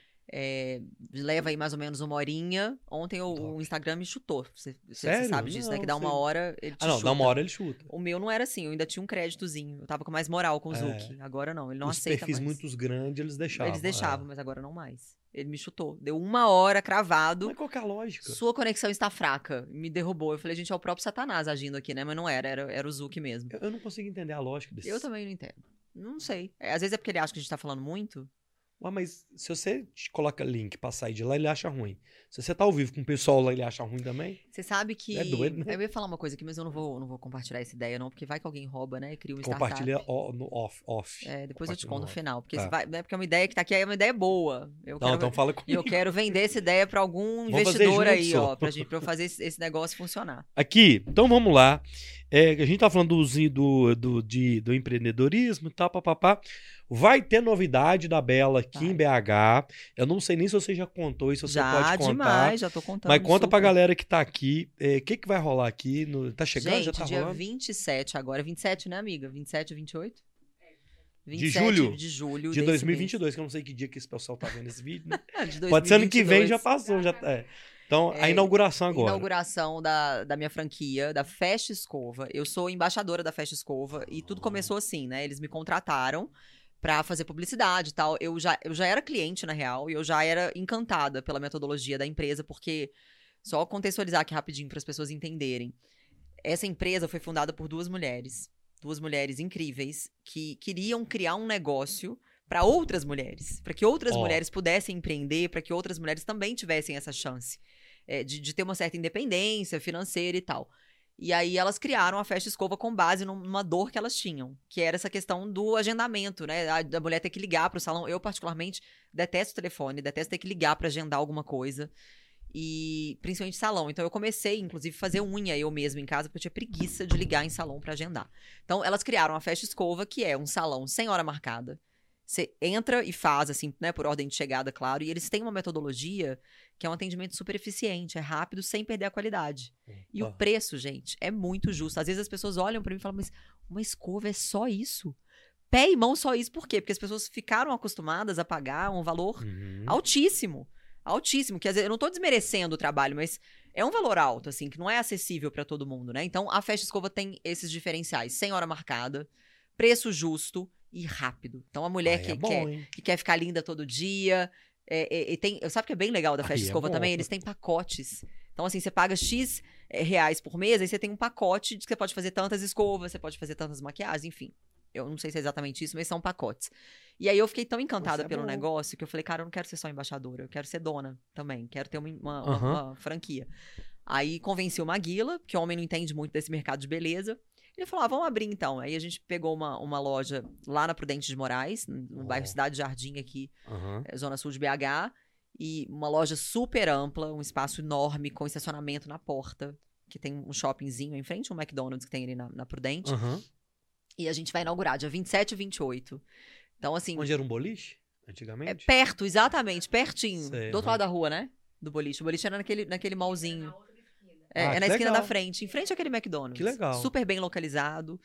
Leva aí mais ou menos uma horinha. Ontem o Instagram me chutou. Você sabe disso, né? Que dá uma hora, ele te chuta. Dá uma hora ele chuta. O meu não era assim, eu ainda tinha um créditozinho. Eu tava com mais moral com o Zuki. Agora não, ele não aceita mais. Os perfis muito grandes, eles deixavam. Eles deixavam, mas agora não mais. Ele me chutou. Deu uma hora cravado. Mas qual que é a lógica? Sua conexão está fraca. Me derrubou. Eu falei, gente, é o próprio Satanás agindo aqui, né? Mas não era o Zuki mesmo. Eu não consigo entender a lógica desse. Eu também não entendo. Não sei. Às vezes é porque ele acha que a gente tá falando muito. Ué, mas se você coloca link pra sair de lá, ele acha ruim. Se você tá ao vivo com o pessoal lá, ele acha ruim também? Você sabe que... É doido, né? Eu ia falar uma coisa aqui, mas eu não vou compartilhar essa ideia, não. Porque vai que alguém rouba, né? E cria uma startup. Compartilha no off. Depois eu te conto no final. Porque porque é uma ideia que tá aqui, é uma ideia boa. Então fala comigo. E eu quero vender essa ideia pra algum investidor aí, ó. Pra eu fazer esse negócio funcionar. Aqui, então vamos lá. A gente tá falando do empreendedorismo e tal, papapá. Vai ter novidade da Bela aqui em BH. Eu não sei nem se você já contou isso, se você pode contar. Demais, já tô contando. Mas conta pra galera que tá aqui. O que vai rolar aqui? Tá chegando? Gente, já tá dia rolando? 27 agora. 27, né, amiga? 27 ou 28? 27 de julho de 2022, que eu não sei que dia que esse pessoal tá vendo esse vídeo, né? Pode ser ano que vem, já passou. Então, a inauguração agora. Inauguração da minha franquia, da Festa Escova. Eu sou embaixadora da Festa Escova e tudo começou assim, né? Eles me contrataram pra fazer publicidade e tal. Eu já era cliente, na real, e eu já era encantada pela metodologia da empresa, porque, só contextualizar aqui rapidinho para as pessoas entenderem. Essa empresa foi fundada por duas mulheres incríveis, que queriam criar um negócio para outras mulheres, para que outras mulheres pudessem empreender, para que outras mulheres também tivessem essa chance de ter uma certa independência financeira e tal. E aí elas criaram a Fecha Escova com base numa dor que elas tinham, que era essa questão do agendamento, né? Da mulher ter que ligar pro salão. Eu, particularmente, detesto o telefone, detesto ter que ligar pra agendar alguma coisa. E principalmente salão. Então eu comecei, inclusive, a fazer unha eu mesma em casa, porque eu tinha preguiça de ligar em salão pra agendar. Então elas criaram a Fecha Escova, que é um salão sem hora marcada. Você entra e faz, assim, né, por ordem de chegada, claro. E eles têm uma metodologia que é um atendimento super eficiente, é rápido, sem perder a qualidade. E o preço, gente, é muito justo. Às vezes as pessoas olham pra mim e falam, mas uma escova é só isso? Pé e mão só isso, por quê? Porque as pessoas ficaram acostumadas a pagar um valor altíssimo. Altíssimo, que às vezes eu não tô desmerecendo o trabalho, mas é um valor alto, assim, que não é acessível pra todo mundo, né? Então, a Fecha Escova tem esses diferenciais, sem hora marcada, preço justo e rápido. Então, a mulher que quer ficar linda todo dia, sabe o que é bem legal da Fecha Escova também? Eles têm pacotes. Então, assim, você paga X reais por mês, aí você tem um pacote de que você pode fazer tantas escovas, você pode fazer tantas maquiagens, enfim. Eu não sei se é exatamente isso, mas são pacotes. E aí eu fiquei tão encantada pelo negócio que eu falei, cara, eu não quero ser só embaixadora, eu quero ser dona também, quero ter uma franquia. Aí convenci o Maguila, que o homem não entende muito desse mercado de beleza. Ele falou, vamos abrir então. Aí a gente pegou uma loja lá na Prudente de Moraes, no bairro Cidade Jardim aqui, zona sul de BH. E uma loja super ampla, um espaço enorme, com estacionamento na porta, que tem um shoppingzinho em frente, um McDonald's que tem ali na Prudente. E a gente vai inaugurar dia 27 e 28. Então, assim... Onde era um boliche, antigamente? É perto, exatamente, pertinho. Sei, do outro lado da rua, né? Do boliche. O boliche era naquele mallzinho. É na esquina da frente, em frente àquele McDonald's. Que legal. Super bem localizado.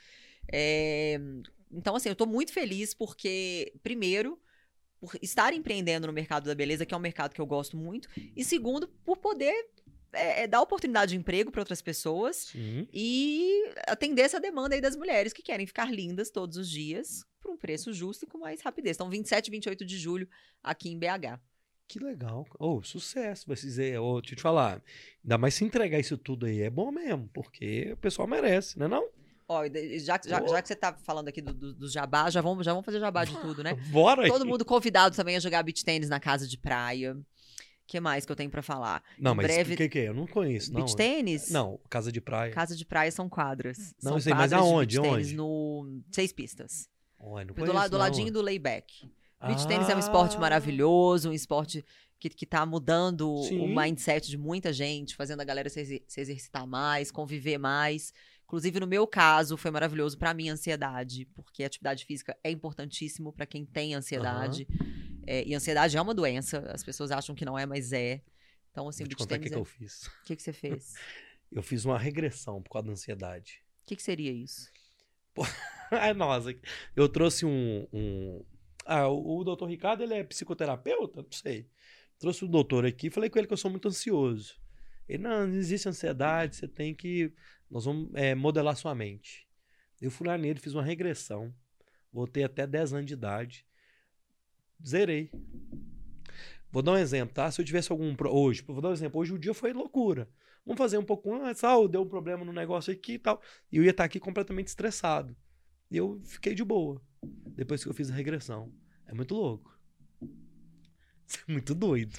Então, assim, eu tô muito feliz porque, primeiro, por estar empreendendo no mercado da beleza, que é um mercado que eu gosto muito. E segundo, por poder dar oportunidade de emprego para outras pessoas. E atender essa demanda aí das mulheres que querem ficar lindas todos os dias por um preço justo e com mais rapidez. Então, 27 e 28 de julho aqui em BH. Que legal. Sucesso. Vai dizer, deixa eu te falar. Ainda mais se entregar isso tudo aí é bom mesmo, porque o pessoal merece, não é não? Já que você tá falando aqui do jabá, já vamos fazer jabá de tudo, né? Bora aí. Todo mundo convidado também a jogar beach tênis na casa de praia. O que mais que eu tenho pra falar? Não, mas o que é? Eu não conheço, não. Beach tênis? Não, casa de praia. Casa de praia são quadras. Não sei, mas aonde? Onde? No 6 pistas. Não conheço, do ladinho do layback. Beach tênis é um esporte maravilhoso, um esporte que tá mudando o mindset de muita gente, fazendo a galera se exercitar mais, conviver mais. Inclusive, no meu caso, foi maravilhoso pra minha ansiedade, porque a atividade física é importantíssimo pra quem tem ansiedade. E ansiedade é uma doença, as pessoas acham que não é, mas é. Então, assim, vou te contar o que eu fiz. O que você fez? Eu fiz uma regressão por causa da ansiedade. O que seria isso? Nossa, eu trouxe o doutor Ricardo, ele é psicoterapeuta? Não sei. Trouxe o doutor aqui e falei com ele que eu sou muito ansioso. Ele, não existe ansiedade, você tem que... Nós vamos modelar sua mente. Eu fui lá nele, fiz uma regressão. Voltei até 10 anos de idade. Zerei. Vou dar um exemplo, tá? Se eu tivesse hoje, vou dar um exemplo. Hoje o dia foi loucura. Vamos fazer um pouco antes, deu um problema no negócio aqui e tal. E eu ia estar aqui completamente estressado. E eu fiquei de boa. Depois que eu fiz a regressão. É muito louco. Isso é muito doido.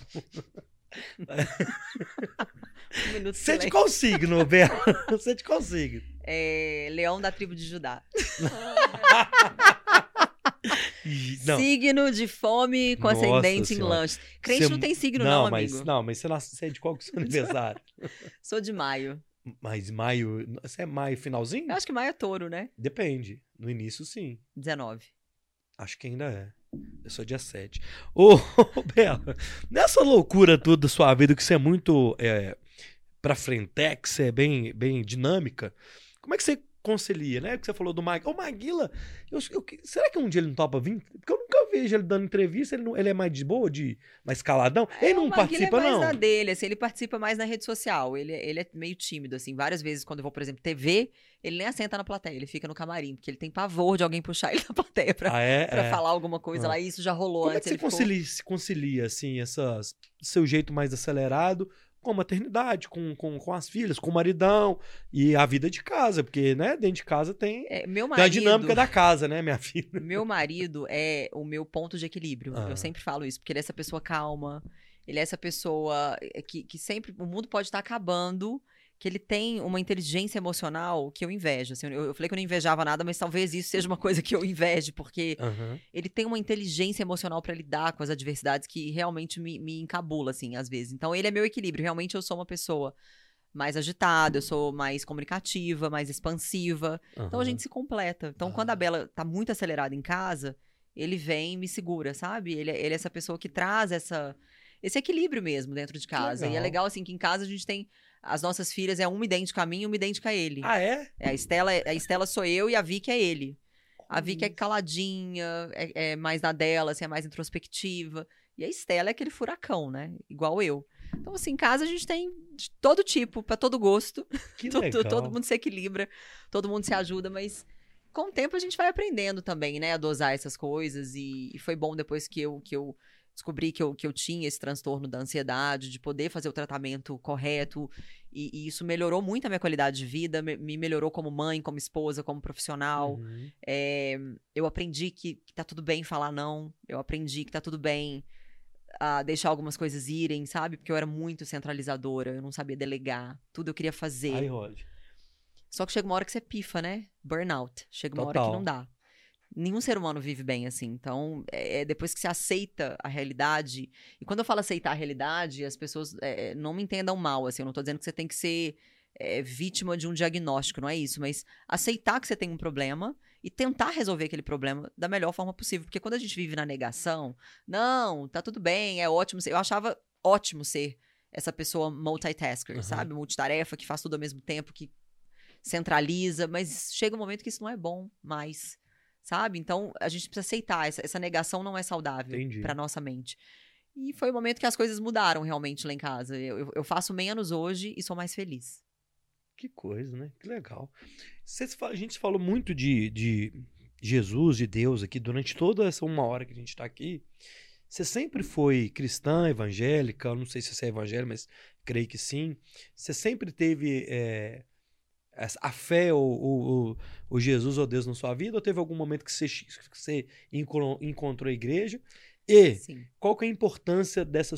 Você é de qual signo, Bela? Você é de qual signo? Leão da tribo de Judá. Não. Signo de fome com ascendente em lanche. Crente não tem signo, não, amigo. Mas você é de qual que é o seu aniversário? Sou de maio. Mas maio... Você é maio finalzinho? Eu acho que maio é touro, né? Depende. No início, sim. 19. Acho que ainda é. Eu sou dia 7. Bela, nessa loucura toda da sua vida, que você é muito pra frentex, você é bem, bem dinâmica, como é que você concilia, né? Porque você falou do Maguila. O Maguila, será que um dia ele não topa vir? Porque eu nunca vejo ele dando entrevista, ele é mais de boa, mais caladão. Ele não participa, não? O Maguila é mais na dele, assim, ele participa mais na rede social. Ele é meio tímido, assim. Várias vezes, quando eu vou, por exemplo, TV, ele nem assenta na plateia, ele fica no camarim, porque ele tem pavor de alguém puxar ele da plateia pra falar alguma coisa lá. E isso já rolou Como antes. Como é que você concilia, assim, seu jeito mais acelerado com a maternidade, com as filhas, com o maridão e a vida de casa, porque, né, dentro de casa tem a dinâmica da casa, né, minha filha? Meu marido é o meu ponto de equilíbrio. Eu sempre falo isso, porque ele é essa pessoa calma, ele é essa pessoa que sempre... O mundo pode estar acabando, que ele tem uma inteligência emocional que eu invejo. Assim, eu falei que eu não invejava nada, mas talvez isso seja uma coisa que eu inveje, porque ele tem uma inteligência emocional para lidar com as adversidades que realmente me encabula, assim, às vezes. Então, ele é meu equilíbrio. Realmente, eu sou uma pessoa mais agitada, eu sou mais comunicativa, mais expansiva. Então, a gente se completa. Então, quando a Bela tá muito acelerada em casa, ele vem e me segura, sabe? Ele é essa pessoa que traz esse equilíbrio mesmo dentro de casa. E é legal, assim, que em casa a gente tem... As nossas filhas é uma idêntica a mim e uma idêntica a ele. Ah, é? A Estela sou eu e a Vicky é ele. A Vicky é caladinha, é mais na dela, assim, é mais introspectiva. E a Estela é aquele furacão, né? Igual eu. Então, assim, em casa a gente tem de todo tipo, pra todo gosto. Que legal. Todo mundo se equilibra, todo mundo se ajuda, mas com o tempo a gente vai aprendendo também, né? A dosar essas coisas. E foi bom depois que eu descobri que eu tinha esse transtorno da ansiedade, de poder fazer o tratamento correto, e isso melhorou muito a minha qualidade de vida, me melhorou como mãe, como esposa, como profissional. Eu aprendi que tá tudo bem falar não, eu aprendi que tá tudo bem deixar algumas coisas irem, sabe? Porque eu era muito centralizadora, eu não sabia delegar, tudo eu queria fazer. Aí, Rod. Só que chega uma hora que você pifa, né? Burnout. Chega uma hora que não dá. Nenhum ser humano vive bem assim. Então, depois que você aceita a realidade... E quando eu falo aceitar a realidade, as pessoas não me entendam mal. Assim, eu não tô dizendo que você tem que ser vítima de um diagnóstico, não é isso. Mas aceitar que você tem um problema e tentar resolver aquele problema da melhor forma possível. Porque quando a gente vive na negação... Não, tá tudo bem, é ótimo. Eu achava ótimo ser essa pessoa multitasker, sabe? Multitarefa, que faz tudo ao mesmo tempo, que centraliza. Mas chega um momento que isso não é bom mais... Sabe? Então, a gente precisa aceitar. Essa negação não é saudável para nossa mente. E foi o momento que as coisas mudaram realmente lá em casa. Eu faço menos hoje e sou mais feliz. Que coisa, né? Que legal. A gente falou muito de Jesus, de Deus aqui, durante toda essa 1 hora que a gente está aqui. Você sempre foi cristã, evangélica? Eu não sei se você é evangélica, mas creio que sim. Você sempre teve... a fé ou Jesus ou Deus na sua vida, ou teve algum momento que você encontrou a igreja? E Sim. Qual que é a importância dessa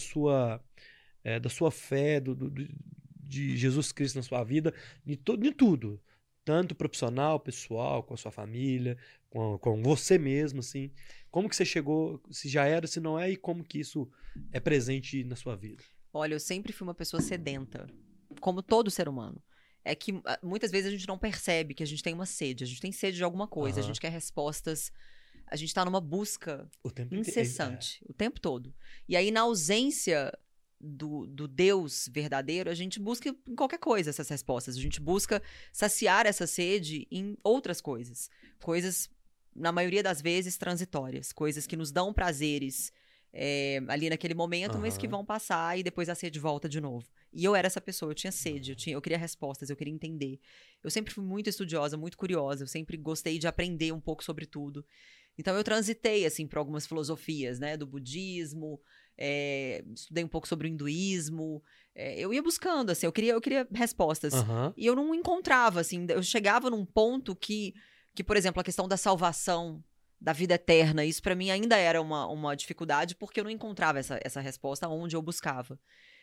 da sua fé, de Jesus Cristo na sua vida, de tudo, tanto profissional, pessoal, com a sua família, com você mesmo, assim. Como que você chegou, se já era, se não é, e como que isso é presente na sua vida? Olha, eu sempre fui uma pessoa sedenta, como todo ser humano. É que muitas vezes a gente não percebe que a gente tem uma sede. A gente tem sede de alguma coisa, a gente quer respostas. A gente tá numa busca incessante, o tempo todo. E aí, na ausência do Deus verdadeiro, a gente busca em qualquer coisa essas respostas. A gente busca saciar essa sede em outras coisas. Coisas, na maioria das vezes, transitórias. Coisas que nos dão prazeres ali naquele momento, mas que vão passar e depois a sede volta de novo. E eu era essa pessoa, eu tinha sede, eu queria respostas, eu queria entender. Eu sempre fui muito estudiosa, muito curiosa, eu sempre gostei de aprender um pouco sobre tudo. Então eu transitei, assim, por algumas filosofias, né, do budismo, estudei um pouco sobre o hinduísmo, eu ia buscando, assim, eu queria respostas. E eu não encontrava, assim, eu chegava num ponto que, por exemplo, a questão da salvação, da vida eterna, isso pra mim ainda era uma dificuldade, porque eu não encontrava essa resposta onde eu buscava.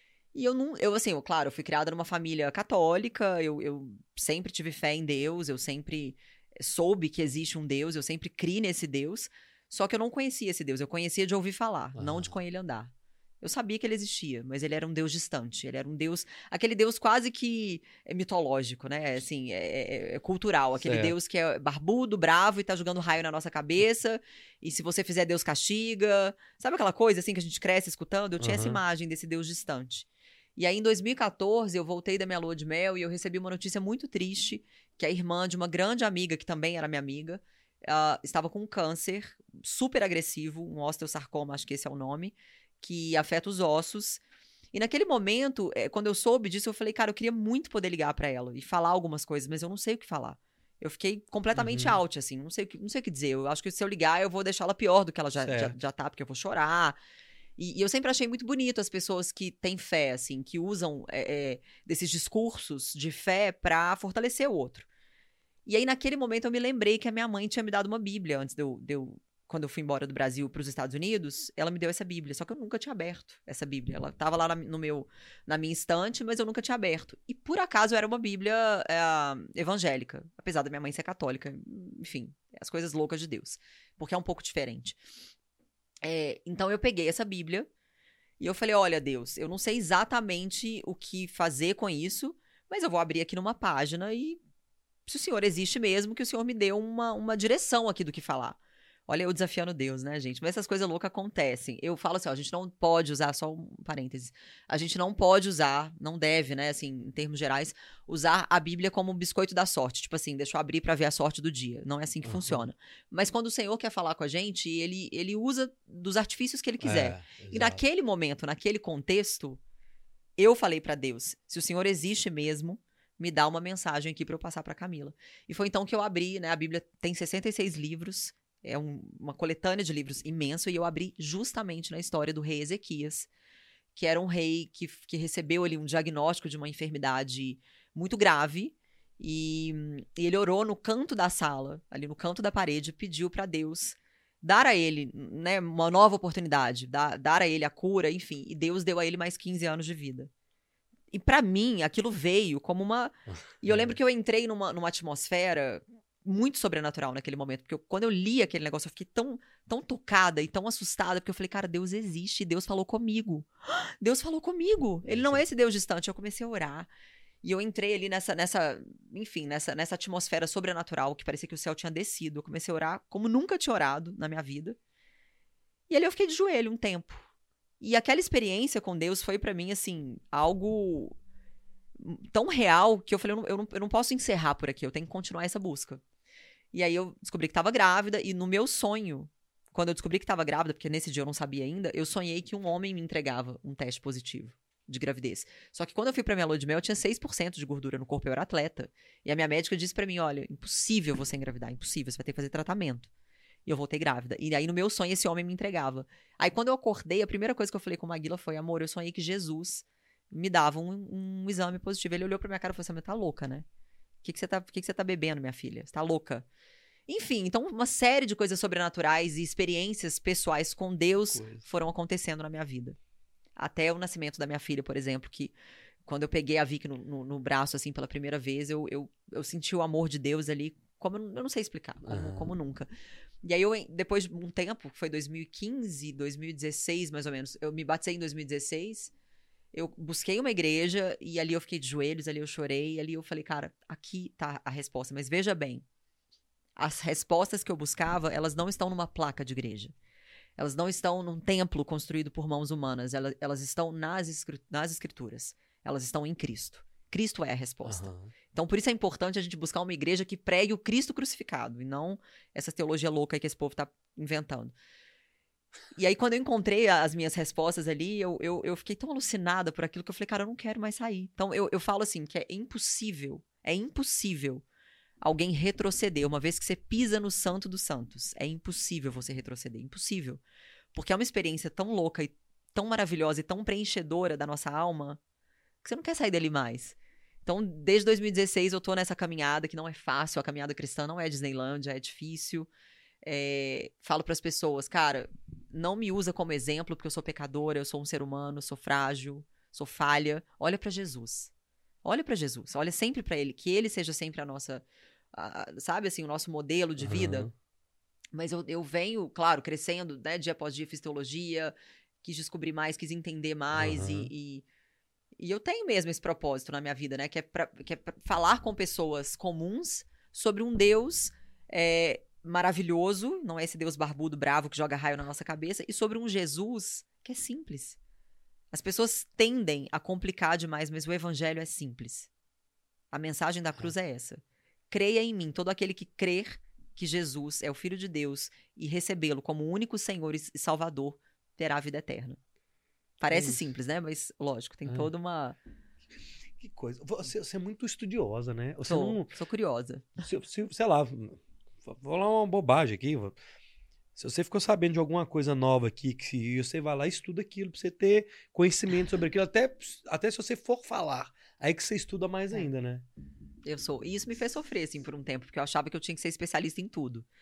E claro, eu fui criada numa família católica, eu sempre tive fé em Deus, eu sempre soube que existe um Deus, eu sempre criei nesse Deus, só que eu não conhecia esse Deus, eu conhecia de ouvir falar, não de com ele andar. Eu sabia que ele existia, mas ele era um Deus distante, ele era um Deus, aquele Deus quase que mitológico, né, assim, cultural, aquele Deus que é barbudo, bravo e tá jogando raio na nossa cabeça, e se você fizer Deus castiga, sabe aquela coisa assim que a gente cresce escutando? Eu tinha essa imagem desse Deus distante. E aí, em 2014, eu voltei da minha lua de mel e eu recebi uma notícia muito triste, que a irmã de uma grande amiga, que também era minha amiga, estava com um câncer super agressivo, um osteosarcoma, acho que esse é o nome, que afeta os ossos. E naquele momento, quando eu soube disso, eu falei, cara, eu queria muito poder ligar pra ela e falar algumas coisas, mas eu não sei o que falar. Eu fiquei completamente out, assim, não sei o que dizer. Eu acho que se eu ligar, eu vou deixar ela pior do que ela já tá, porque eu vou chorar. E eu sempre achei muito bonito as pessoas que têm fé, assim, que usam desses discursos de fé pra fortalecer o outro. E aí, naquele momento, eu me lembrei que a minha mãe tinha me dado uma Bíblia antes de eu quando eu fui embora do Brasil para os Estados Unidos, ela me deu essa Bíblia. Só que eu nunca tinha aberto essa Bíblia. Ela estava lá na minha estante, mas eu nunca tinha aberto. E por acaso era uma Bíblia evangélica, apesar da minha mãe ser católica. Enfim, as coisas loucas de Deus. Porque é um pouco diferente. Então eu peguei essa Bíblia e eu falei, olha, Deus, eu não sei exatamente o que fazer com isso, mas eu vou abrir aqui numa página e se o Senhor existe mesmo, que o Senhor me dê uma direção aqui do que falar. Olha, eu desafiando Deus, né, gente? Mas essas coisas loucas acontecem. Eu falo assim, ó, a gente não pode usar, só um parêntese, a gente não pode usar, não deve, né, assim, em termos gerais, usar a Bíblia como um biscoito da sorte. Tipo assim, deixa eu abrir pra ver a sorte do dia. Não é assim que funciona. Mas quando o Senhor quer falar com a gente, ele usa dos artifícios que ele quiser. E naquele momento, naquele contexto, eu falei pra Deus, se o Senhor existe mesmo, me dá uma mensagem aqui pra eu passar pra Camila. E foi então que eu abri, né, a Bíblia tem 66 livros, é uma coletânea de livros imenso, e eu abri justamente na história do rei Ezequias, que era um rei que recebeu ali um diagnóstico de uma enfermidade muito grave, e ele orou no canto da sala, ali no canto da parede, pediu para Deus dar a ele, né, uma nova oportunidade, dar a ele a cura, enfim, e Deus deu a ele mais 15 anos de vida. E para mim, aquilo veio como uma... E eu lembro que eu entrei numa atmosfera muito sobrenatural naquele momento, porque quando eu li aquele negócio, eu fiquei tão tocada e tão assustada, porque eu falei, cara, Deus existe, Deus falou comigo. Deus falou comigo. Ele não é esse Deus distante. Eu comecei a orar. E eu entrei ali nessa atmosfera sobrenatural, que parecia que o céu tinha descido. Eu comecei a orar como nunca tinha orado na minha vida. E ali eu fiquei de joelho um tempo. E aquela experiência com Deus foi pra mim, assim, algo tão real que eu falei, eu não posso encerrar por aqui, eu tenho que continuar essa busca. E aí eu descobri que estava grávida, e no meu sonho, quando eu descobri que estava grávida, porque nesse dia eu não sabia ainda, eu sonhei que um homem me entregava um teste positivo de gravidez. Só que quando eu fui pra minha lua de mel, eu tinha 6% de gordura no corpo, eu era atleta. E a minha médica disse pra mim, olha, impossível você engravidar, impossível, você vai ter que fazer tratamento. E eu voltei grávida. E aí no meu sonho esse homem me entregava. Aí quando eu acordei, a primeira coisa que eu falei com o Maguila foi, amor, eu sonhei que Jesus me dava um exame positivo. Ele olhou pra minha cara e falou assim, você tá louca, né? O que você tá bebendo, minha filha? Você tá louca? Enfim, então uma série de coisas sobrenaturais e experiências pessoais com Deus foram acontecendo na minha vida. Até o nascimento da minha filha, por exemplo, que quando eu peguei a Vicky no braço, assim, pela primeira vez, eu senti o amor de Deus ali, como eu não sei explicar, como nunca. E aí, depois de um tempo, que foi 2015, 2016, mais ou menos, eu me batizei em 2016, eu busquei uma igreja e ali eu fiquei de joelhos, ali eu chorei, ali eu falei, cara, aqui tá a resposta. Mas veja bem, as respostas que eu buscava, elas não estão numa placa de igreja. Elas não estão num templo construído por mãos humanas. Elas estão nas escrituras. Elas estão em Cristo. Cristo é a resposta. Então, por isso é importante a gente buscar uma igreja que pregue o Cristo crucificado, e não essa teologia louca aí que esse povo tá inventando. E aí, quando eu encontrei as minhas respostas ali, eu fiquei tão alucinada por aquilo que eu falei, cara, eu não quero mais sair. Então, eu falo assim, que é impossível alguém retroceder. Uma vez que você pisa no Santo dos Santos, é impossível você retroceder, impossível. Porque é uma experiência tão louca e tão maravilhosa e tão preenchedora da nossa alma, que você não quer sair dali mais. Então, desde 2016 eu tô nessa caminhada, que não é fácil, a caminhada cristã não é Disneylândia, é difícil. Falo pras pessoas, cara, não me usa como exemplo, porque eu sou pecadora, eu sou um ser humano, sou frágil, sou falha. Olha pra Jesus. Olha pra Jesus, olha sempre pra Ele, que Ele seja sempre a nossa, sabe assim, o nosso modelo de vida. Mas eu venho, claro, crescendo, né, dia após dia, fiz teologia, quis descobrir mais, quis entender mais, e eu tenho mesmo esse propósito na minha vida, né, que é pra falar com pessoas comuns sobre um Deus maravilhoso, não é esse Deus barbudo, bravo, que joga raio na nossa cabeça, e sobre um Jesus que é simples. As pessoas tendem a complicar demais, mas o evangelho é simples. A mensagem da cruz é essa. Creia em mim, todo aquele que crer que Jesus é o Filho de Deus e recebê-lo como único Senhor e Salvador terá a vida eterna. Parece simples, né? Mas, lógico, tem toda uma... Que coisa. Você é muito estudiosa, né? Sou curiosa. Sei lá, vou falar uma bobagem aqui. Se você ficou sabendo de alguma coisa nova aqui, que você vai lá e estuda aquilo pra você ter conhecimento sobre aquilo, até se você for falar, aí que você estuda mais ainda, né? Eu sou. E isso me fez sofrer, assim, por um tempo, porque eu achava que eu tinha que ser especialista em tudo.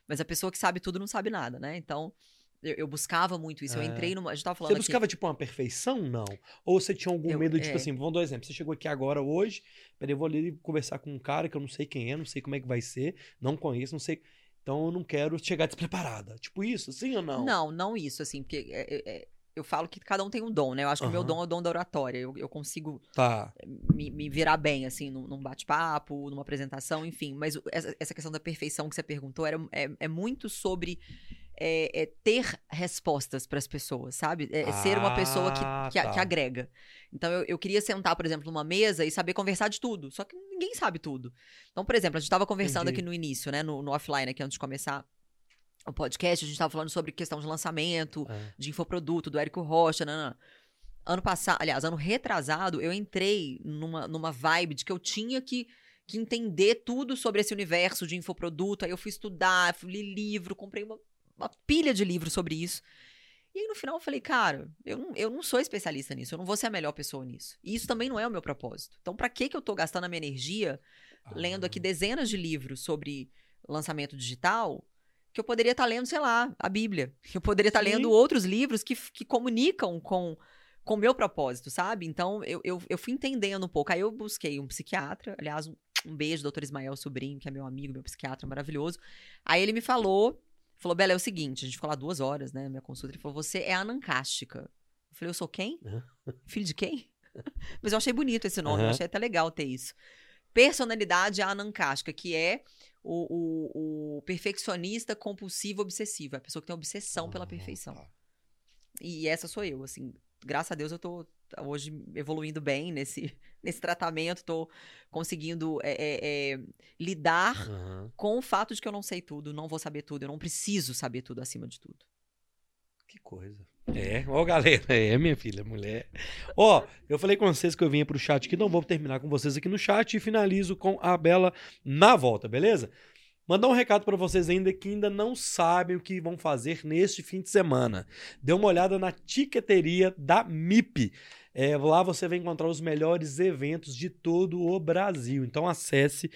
Mas a pessoa que sabe tudo não sabe nada, né? Então, eu buscava muito isso. Eu entrei numa... A gente tava falando Você buscava, tipo, uma perfeição? Não. Ou você tinha algum medo, tipo assim, vamos dar um exemplo. Você chegou aqui agora, hoje, peraí, eu vou ali conversar com um cara que eu não sei quem é, não sei como é que vai ser, não conheço, não sei... Então eu não quero chegar despreparada. Tipo isso, sim ou não? Não, não isso, assim, porque eu falo que cada um tem um dom, né? Eu acho que o meu dom é o dom da oratória. Eu consigo me virar bem, assim, num bate-papo, numa apresentação, enfim. Mas essa questão da perfeição que você perguntou é muito sobre ter respostas para as pessoas, sabe? Ser uma pessoa que agrega. Então, eu queria sentar, por exemplo, numa mesa e saber conversar de tudo. Só que ninguém sabe tudo. Então, por exemplo, a gente estava conversando aqui no início, né? No offline, aqui antes de começar o podcast, a gente estava falando sobre questão de lançamento, de infoproduto, do Érico Rocha, ano passado, aliás, ano retrasado, eu entrei numa vibe de que eu tinha que entender tudo sobre esse universo de infoproduto. Aí eu fui estudar, li livro, comprei uma pilha de livros sobre isso. E aí, no final, eu falei, cara, eu não sou especialista nisso, eu não vou ser a melhor pessoa nisso. E isso também não é o meu propósito. Então, pra que eu tô gastando a minha energia lendo aqui dezenas de livros sobre lançamento digital, que eu poderia estar lendo, sei lá, a Bíblia. Eu poderia estar lendo outros livros que comunicam com o meu propósito, sabe? Então, eu fui entendendo um pouco. Aí eu busquei um psiquiatra, aliás, um beijo, doutor Ismael Sobrinho, que é meu amigo, meu psiquiatra maravilhoso. Aí ele me falou, Bela, é o seguinte, a gente ficou lá 2 horas, né, minha consulta, ele falou, você é anancástica. Eu falei, eu sou quem? Filho de quem? Mas eu achei bonito esse nome, eu achei até legal ter isso. Personalidade anancástica, que é o perfeccionista compulsivo obsessivo, é a pessoa que tem obsessão pela perfeição. E essa sou eu, assim, graças a Deus eu tô hoje evoluindo bem nesse tratamento, tô conseguindo lidar com o fato de que eu não sei tudo, não vou saber tudo, eu não preciso saber tudo acima de tudo. Que coisa. Ó, galera, minha filha, mulher. Ó, eu falei com vocês que eu vinha pro chat aqui, não vou terminar com vocês aqui no chat e finalizo com a Bela na volta, beleza? Mandar um recado para vocês que ainda não sabem o que vão fazer neste fim de semana. Dê uma olhada na tiqueteria da MIP. Lá você vai encontrar os melhores eventos de todo o Brasil. Então acesse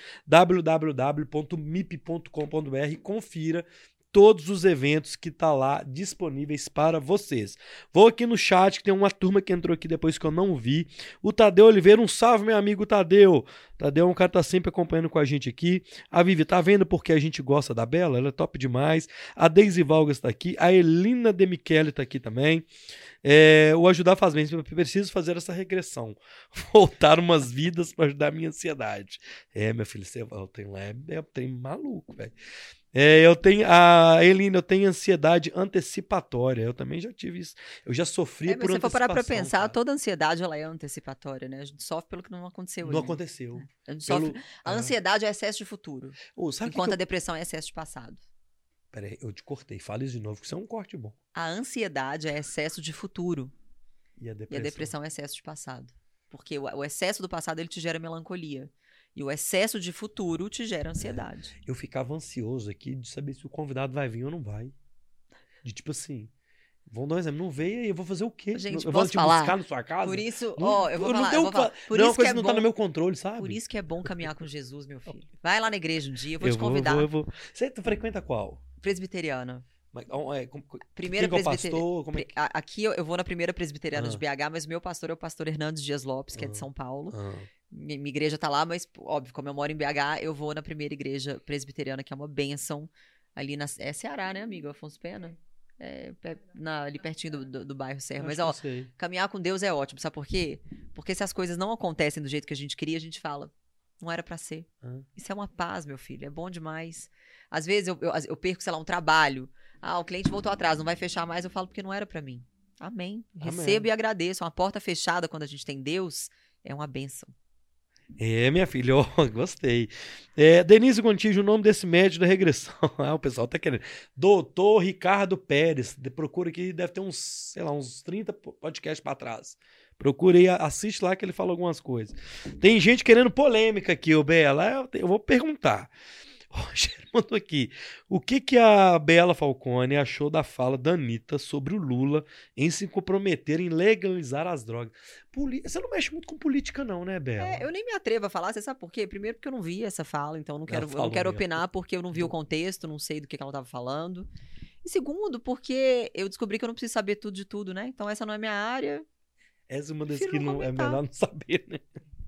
www.mip.com.br e confira todos os eventos que tá lá disponíveis para vocês. Vou aqui no chat, que tem uma turma que entrou aqui depois que eu não vi. O Tadeu Oliveira, um salve, meu amigo Tadeu. Tadeu é um cara que tá sempre acompanhando com a gente aqui. A Vivi, tá vendo porque a gente gosta da Bela? Ela é top demais. A Deise Valgas tá aqui. A Elina De Michele tá aqui também. O Ajudar Faz Bem. Preciso fazer essa regressão. Voltar umas vidas para ajudar a minha ansiedade. Minha filha, você tem maluco, velho. A Elina, eu tenho ansiedade antecipatória. Eu também já tive isso. Eu já sofri por antecipação. Se você for parar pra pensar, cara, toda ansiedade ela é antecipatória, né? A gente sofre pelo que não aconteceu. Não aconteceu. A gente sofre. A ansiedade é excesso de futuro. Enquanto a depressão é excesso de passado. Peraí, eu te cortei. Fala isso de novo, que isso é um corte bom. A ansiedade é excesso de futuro. E a depressão é excesso de passado. Porque o excesso do passado ele te gera melancolia. E o excesso de futuro te gera ansiedade. Eu ficava ansioso aqui de saber se o convidado vai vir ou não vai. De tipo assim, vamos dar um exemplo, não veio aí, eu vou fazer o quê? Gente, eu vou te buscar na sua casa? Por isso, eu vou falar. Por isso uma coisa que não tá no meu controle, sabe? Por isso que é bom caminhar com Jesus, meu filho. Vai lá na igreja um dia, eu vou te convidar. Eu vou. Você frequenta qual? Presbiteriana. Primeira presbiteriana. Aqui eu vou na primeira presbiteriana de BH, mas o meu pastor é o pastor Hernandes Dias Lopes, que é de São Paulo. Minha igreja tá lá, mas, óbvio, como eu moro em BH, eu vou na primeira igreja presbiteriana, que é uma bênção, ali é Ceará, né, amigo? Afonso Pena? Ali pertinho do bairro Serra. Mas, caminhar com Deus é ótimo, sabe por quê? Porque se as coisas não acontecem do jeito que a gente queria, a gente fala, não era pra ser. Isso é uma paz, meu filho, é bom demais. Às vezes eu perco, sei lá, um trabalho. O cliente voltou atrás, não vai fechar mais, eu falo porque não era pra mim. Amém. Recebo e agradeço. Uma porta fechada quando a gente tem Deus é uma bênção. Minha filha, gostei. Denise Gontijo, o nome desse médico da regressão. O pessoal tá querendo. Doutor Ricardo Pérez. Procura aqui, deve ter uns 30 podcasts pra trás. Procura aí, assiste lá que ele fala algumas coisas. Tem gente querendo polêmica aqui, Bela. Eu vou perguntar. Rogério mandou aqui. O que a Bela Falcone achou da fala da Anitta sobre o Lula em se comprometer em legalizar as drogas? Você não mexe muito com política não, né, Bela? Eu nem me atrevo a falar, você sabe por quê? Primeiro porque eu não vi essa fala, então eu não quero mesmo. opinar porque eu não vi o contexto, não sei do que ela estava falando. E segundo, porque eu descobri que eu não preciso saber tudo de tudo, né? Então essa não é minha área. Essa é uma das Prefiro que não não é comentar. melhor não saber, né?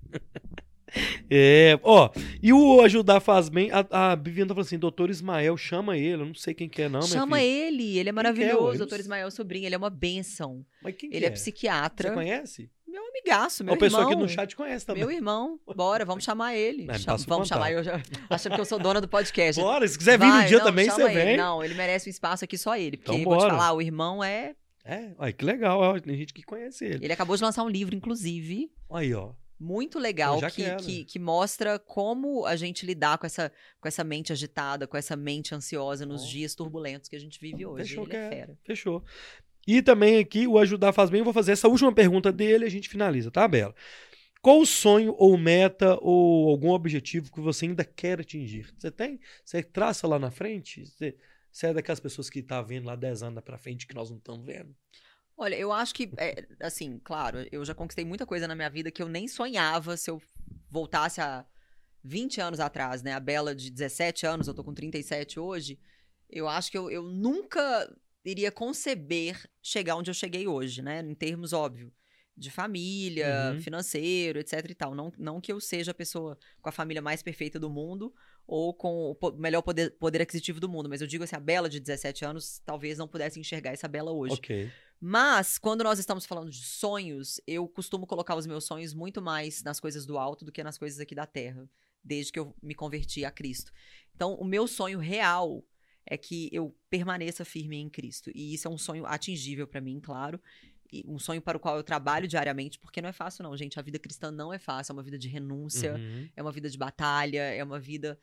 E o Ajudar Faz Bem, a Viviane tá falando assim, doutor Ismael, chama ele, eu não sei quem que é não, minha Chama filha. ele é ué? maravilhoso, Eu doutor não- Ismael Sobrinho, ele é uma bênção. Mas quem Ele que é Você psiquiatra. conhece? Meu amigaço, meu O pessoal irmão. aqui no chat conhece também. Meu irmão, bora, vamos chamar ele. Me passa o Vamos contato. chamar, eu já achando que eu sou dona do podcast. Bora, se quiser vir no dia não, também, chama você ele. vem. Não, ele merece um espaço aqui só ele. Porque, Então vou te bora. falar, o irmão é... Olha, que legal, ó, tem gente que conhece ele. Ele acabou de lançar um livro, inclusive, Aí, ó. muito legal, Eu já quero. que mostra como a gente lidar com essa mente agitada, com essa mente ansiosa nos dias turbulentos que a gente vive hoje. Fechou, Ele é fera. Fechou. E também aqui, o Ajudar Faz Bem, eu vou fazer essa última pergunta dele e a gente finaliza, tá, Bela? Qual o sonho ou meta ou algum objetivo que você ainda quer atingir? Você tem? Você traça lá na frente? Você é daquelas pessoas que tá vendo lá 10 anos pra frente que nós não estamos vendo? Olha, eu acho que, assim, claro, eu já conquistei muita coisa na minha vida que eu nem sonhava se eu voltasse a 20 anos atrás, né? A Bela de 17 anos, eu tô com 37 hoje. Eu acho que eu nunca iria conceber chegar onde eu cheguei hoje, né? Em termos, óbvio, de família, financeiro, etc e tal. Não que eu seja a pessoa com a família mais perfeita do mundo ou com o melhor poder aquisitivo do mundo, mas eu digo assim, a Bela de 17 anos talvez não pudesse enxergar essa Bela hoje. Ok. Mas, quando nós estamos falando de sonhos, eu costumo colocar os meus sonhos muito mais nas coisas do alto do que nas coisas aqui da terra, desde que eu me converti a Cristo. Então, o meu sonho real é que eu permaneça firme em Cristo. E isso é um sonho atingível para mim, claro. E um sonho para o qual eu trabalho diariamente, porque não é fácil não, gente. A vida cristã não é fácil, é uma vida de renúncia, é uma vida de batalha, é uma vida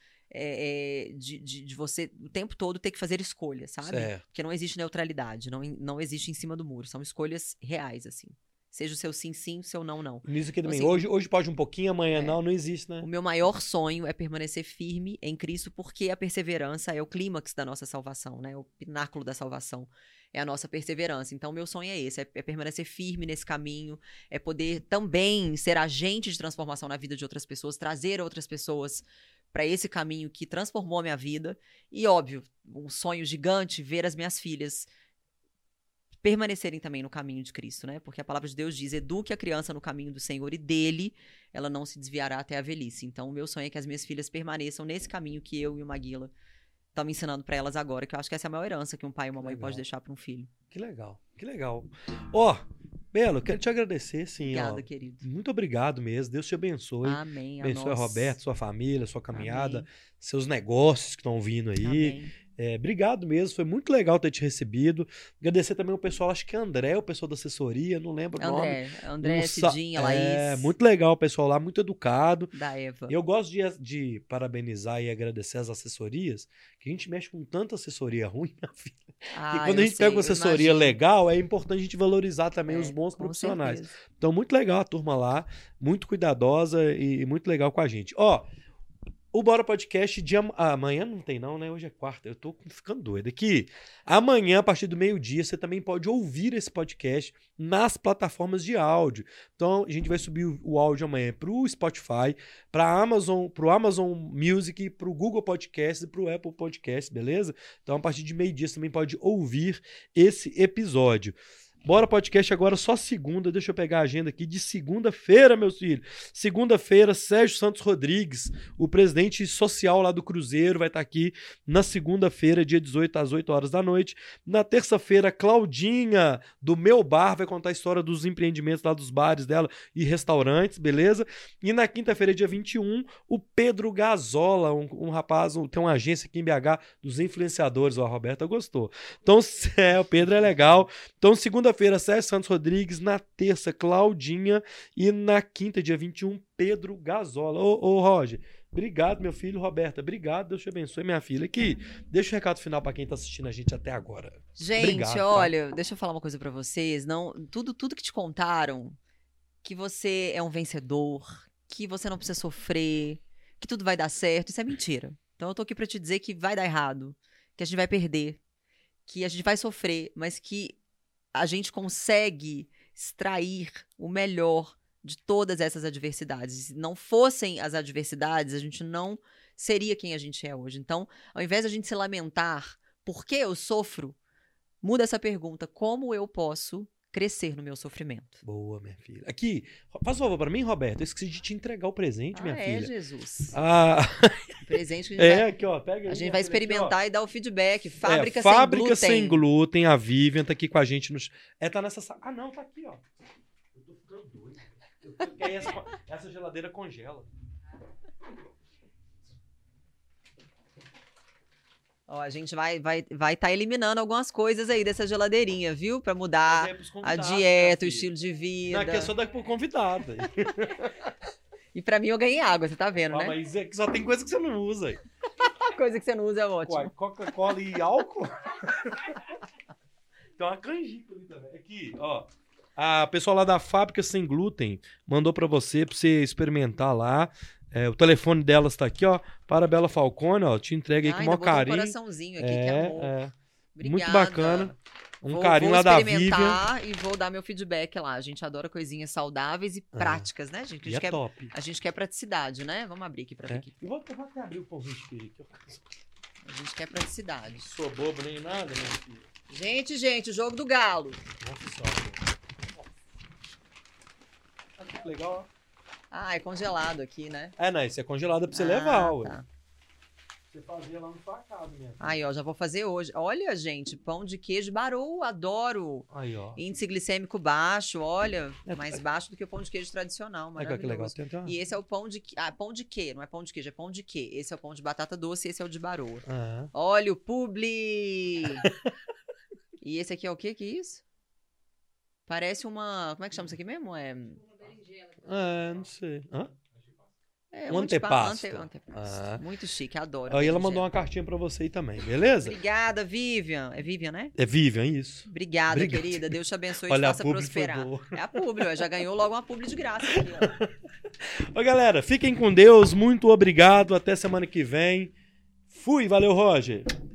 de você o tempo todo ter que fazer escolhas, sabe? Certo. Porque não existe neutralidade, não existe em cima do muro. São escolhas reais, assim. Seja o seu sim, sim, o seu não, não. Nisso aqui também. Assim, Hoje pode um pouquinho, amanhã não existe, né? O meu maior sonho é permanecer firme em Cristo, porque a perseverança é o clímax da nossa salvação, né? O pináculo da salvação é a nossa perseverança. Então, o meu sonho é esse, é permanecer firme nesse caminho, é poder também ser agente de transformação na vida de outras pessoas, trazer outras pessoas para esse caminho que transformou a minha vida. E, óbvio, um sonho gigante, ver as minhas filhas permanecerem também no caminho de Cristo, né? Porque a palavra de Deus diz, eduque a criança no caminho do Senhor e dele ela não se desviará até a velhice. Então, o meu sonho é que as minhas filhas permaneçam nesse caminho que eu e o Maguila estamos ensinando para elas agora, que eu acho que essa é a maior herança que um pai e uma mãe pode deixar para um filho. Que legal, que legal. Ó, Bela, eu quero te agradecer, sim. Obrigada, querido. Muito obrigado mesmo, Deus te abençoe. Amém. Abençoe a Roberto, sua família, sua caminhada, Amém. seus negócios que estão vindo aí. Amém. Obrigado mesmo, foi muito legal ter te recebido. Agradecer também o pessoal, acho que é André, o pessoal da assessoria, não lembro o nome. André, Cidinha, Laís. Muito legal o pessoal lá, muito educado. Da Eva. Eu gosto de parabenizar e agradecer as assessorias, que a gente mexe com tanta assessoria ruim, minha filha. E quando a gente pega uma assessoria legal, é importante a gente valorizar também os bons profissionais. Certeza. Então, muito legal a turma lá, muito cuidadosa e muito legal com a gente. Ó, o Bora Podcast de amanhã não tem não, né? Hoje é quarta, eu tô ficando doido aqui. Amanhã, a partir do meio-dia, você também pode ouvir esse podcast nas plataformas de áudio. Então, a gente vai subir o áudio amanhã pro Spotify, pro Amazon Music, pro Google Podcast e pro Apple Podcast, beleza? Então, a partir de meio-dia, você também pode ouvir esse episódio. Bora Podcast agora só segunda, deixa eu pegar a agenda aqui de segunda-feira, meus filhos. Segunda-feira, Sérgio Santos Rodrigues, o presidente social lá do Cruzeiro, vai estar aqui na segunda-feira, dia 18, às 8 horas da noite. Na terça-feira, Claudinha, do Meu Bar, vai contar a história dos empreendimentos lá dos bares dela e restaurantes, beleza? E na quinta-feira, dia 21, o Pedro Gazola, um rapaz, tem uma agência aqui em BH dos influenciadores, ó, a Roberta gostou. Então, o Pedro é legal. Então, segunda-feira, Sérgio Santos Rodrigues, na terça, Claudinha, e na quinta, dia 21, Pedro Gazola. Ô, Roger, obrigado, meu filho. Roberta, obrigado, Deus te abençoe, minha filha. Aqui, deixa o recado final para quem tá assistindo a gente até agora. Gente, obrigado, olha, deixa eu falar uma coisa para vocês. Tudo que te contaram, que você é um vencedor, que você não precisa sofrer, que tudo vai dar certo, isso é mentira. Então eu tô aqui pra te dizer que vai dar errado, que a gente vai perder, que a gente vai sofrer, mas que a gente consegue extrair o melhor de todas essas adversidades. Se não fossem as adversidades, a gente não seria quem a gente é hoje. Então, ao invés de a gente se lamentar, por que eu sofro? Muda essa pergunta, como eu posso crescer no meu sofrimento? Boa, minha filha. Aqui, faz um favor pra mim, Roberto. Eu esqueci de te entregar o presente, minha filha. Jesus. O presente que a gente vai... aqui, ó. Pega aí, a gente vai experimentar aqui, e dar o feedback. Fábrica, Fábrica sem glúten. A Vivian tá aqui com a gente. Tá nessa sala. Ah, não, tá aqui, ó. Eu tô ficando doido. Porque aí essa geladeira congela. Ó, a gente vai tá eliminando algumas coisas aí dessa geladeirinha, viu? Pra mudar a dieta, o estilo de vida. Não, aqui é só dar pro convidado. E pra mim eu ganhei água, você tá vendo, né? Mas é que só tem coisa que você não usa aí. Coisa que você não usa é ótimo. Uai, Coca-Cola e álcool? Tem uma canjica ali também. Aqui, ó. A pessoa lá da Fábrica Sem Glúten mandou pra você experimentar lá. O telefone delas tá aqui, ó. Para Bela Falcone, ó. Te entrega aí com o maior carinho. Um coraçãozinho aqui, que amor. Muito bacana. Carinho lá da Vivian. Vou experimentar e vou dar meu feedback lá. A gente adora coisinhas saudáveis e práticas, né, gente? E top. A gente quer praticidade, né? Vamos abrir aqui pra ver aqui. Eu vou até abrir o pãozinho de queijo aqui. A gente quer praticidade. Sou bobo nem nada, minha filha. Gente, o jogo do galo. Nossa senhora. Olha que legal, ó. Ah, é congelado aqui, né? Não, isso é congelado pra você levar, tá. ué. Você fazia lá no sua casa mesmo. Aí, ó, já vou fazer hoje. Olha, gente, pão de queijo Barô, adoro. Aí, ó. Índice glicêmico baixo, olha, mais baixo do que o pão de queijo tradicional, maravilhoso. Que legal. E esse é o pão de... pão de quê? Não é pão de queijo, é pão de quê? Esse é o pão de batata doce e esse é o de Barô. Olha o publi! E esse aqui é o quê? Que isso? Parece uma... Como é que chama isso aqui mesmo? Não sei. Hã? Um antepasto. Muito chique, adoro. Aí ela mandou uma cartinha pra você aí também, beleza? Obrigada, Vivian. É Vivian, né? É Vivian, isso. Obrigada, querida. Deus te abençoe e te faça prosperar. É a publi, já ganhou logo uma publi de graça aqui, ó. Ô, galera, fiquem com Deus. Muito obrigado. Até semana que vem. Fui, valeu, Roger.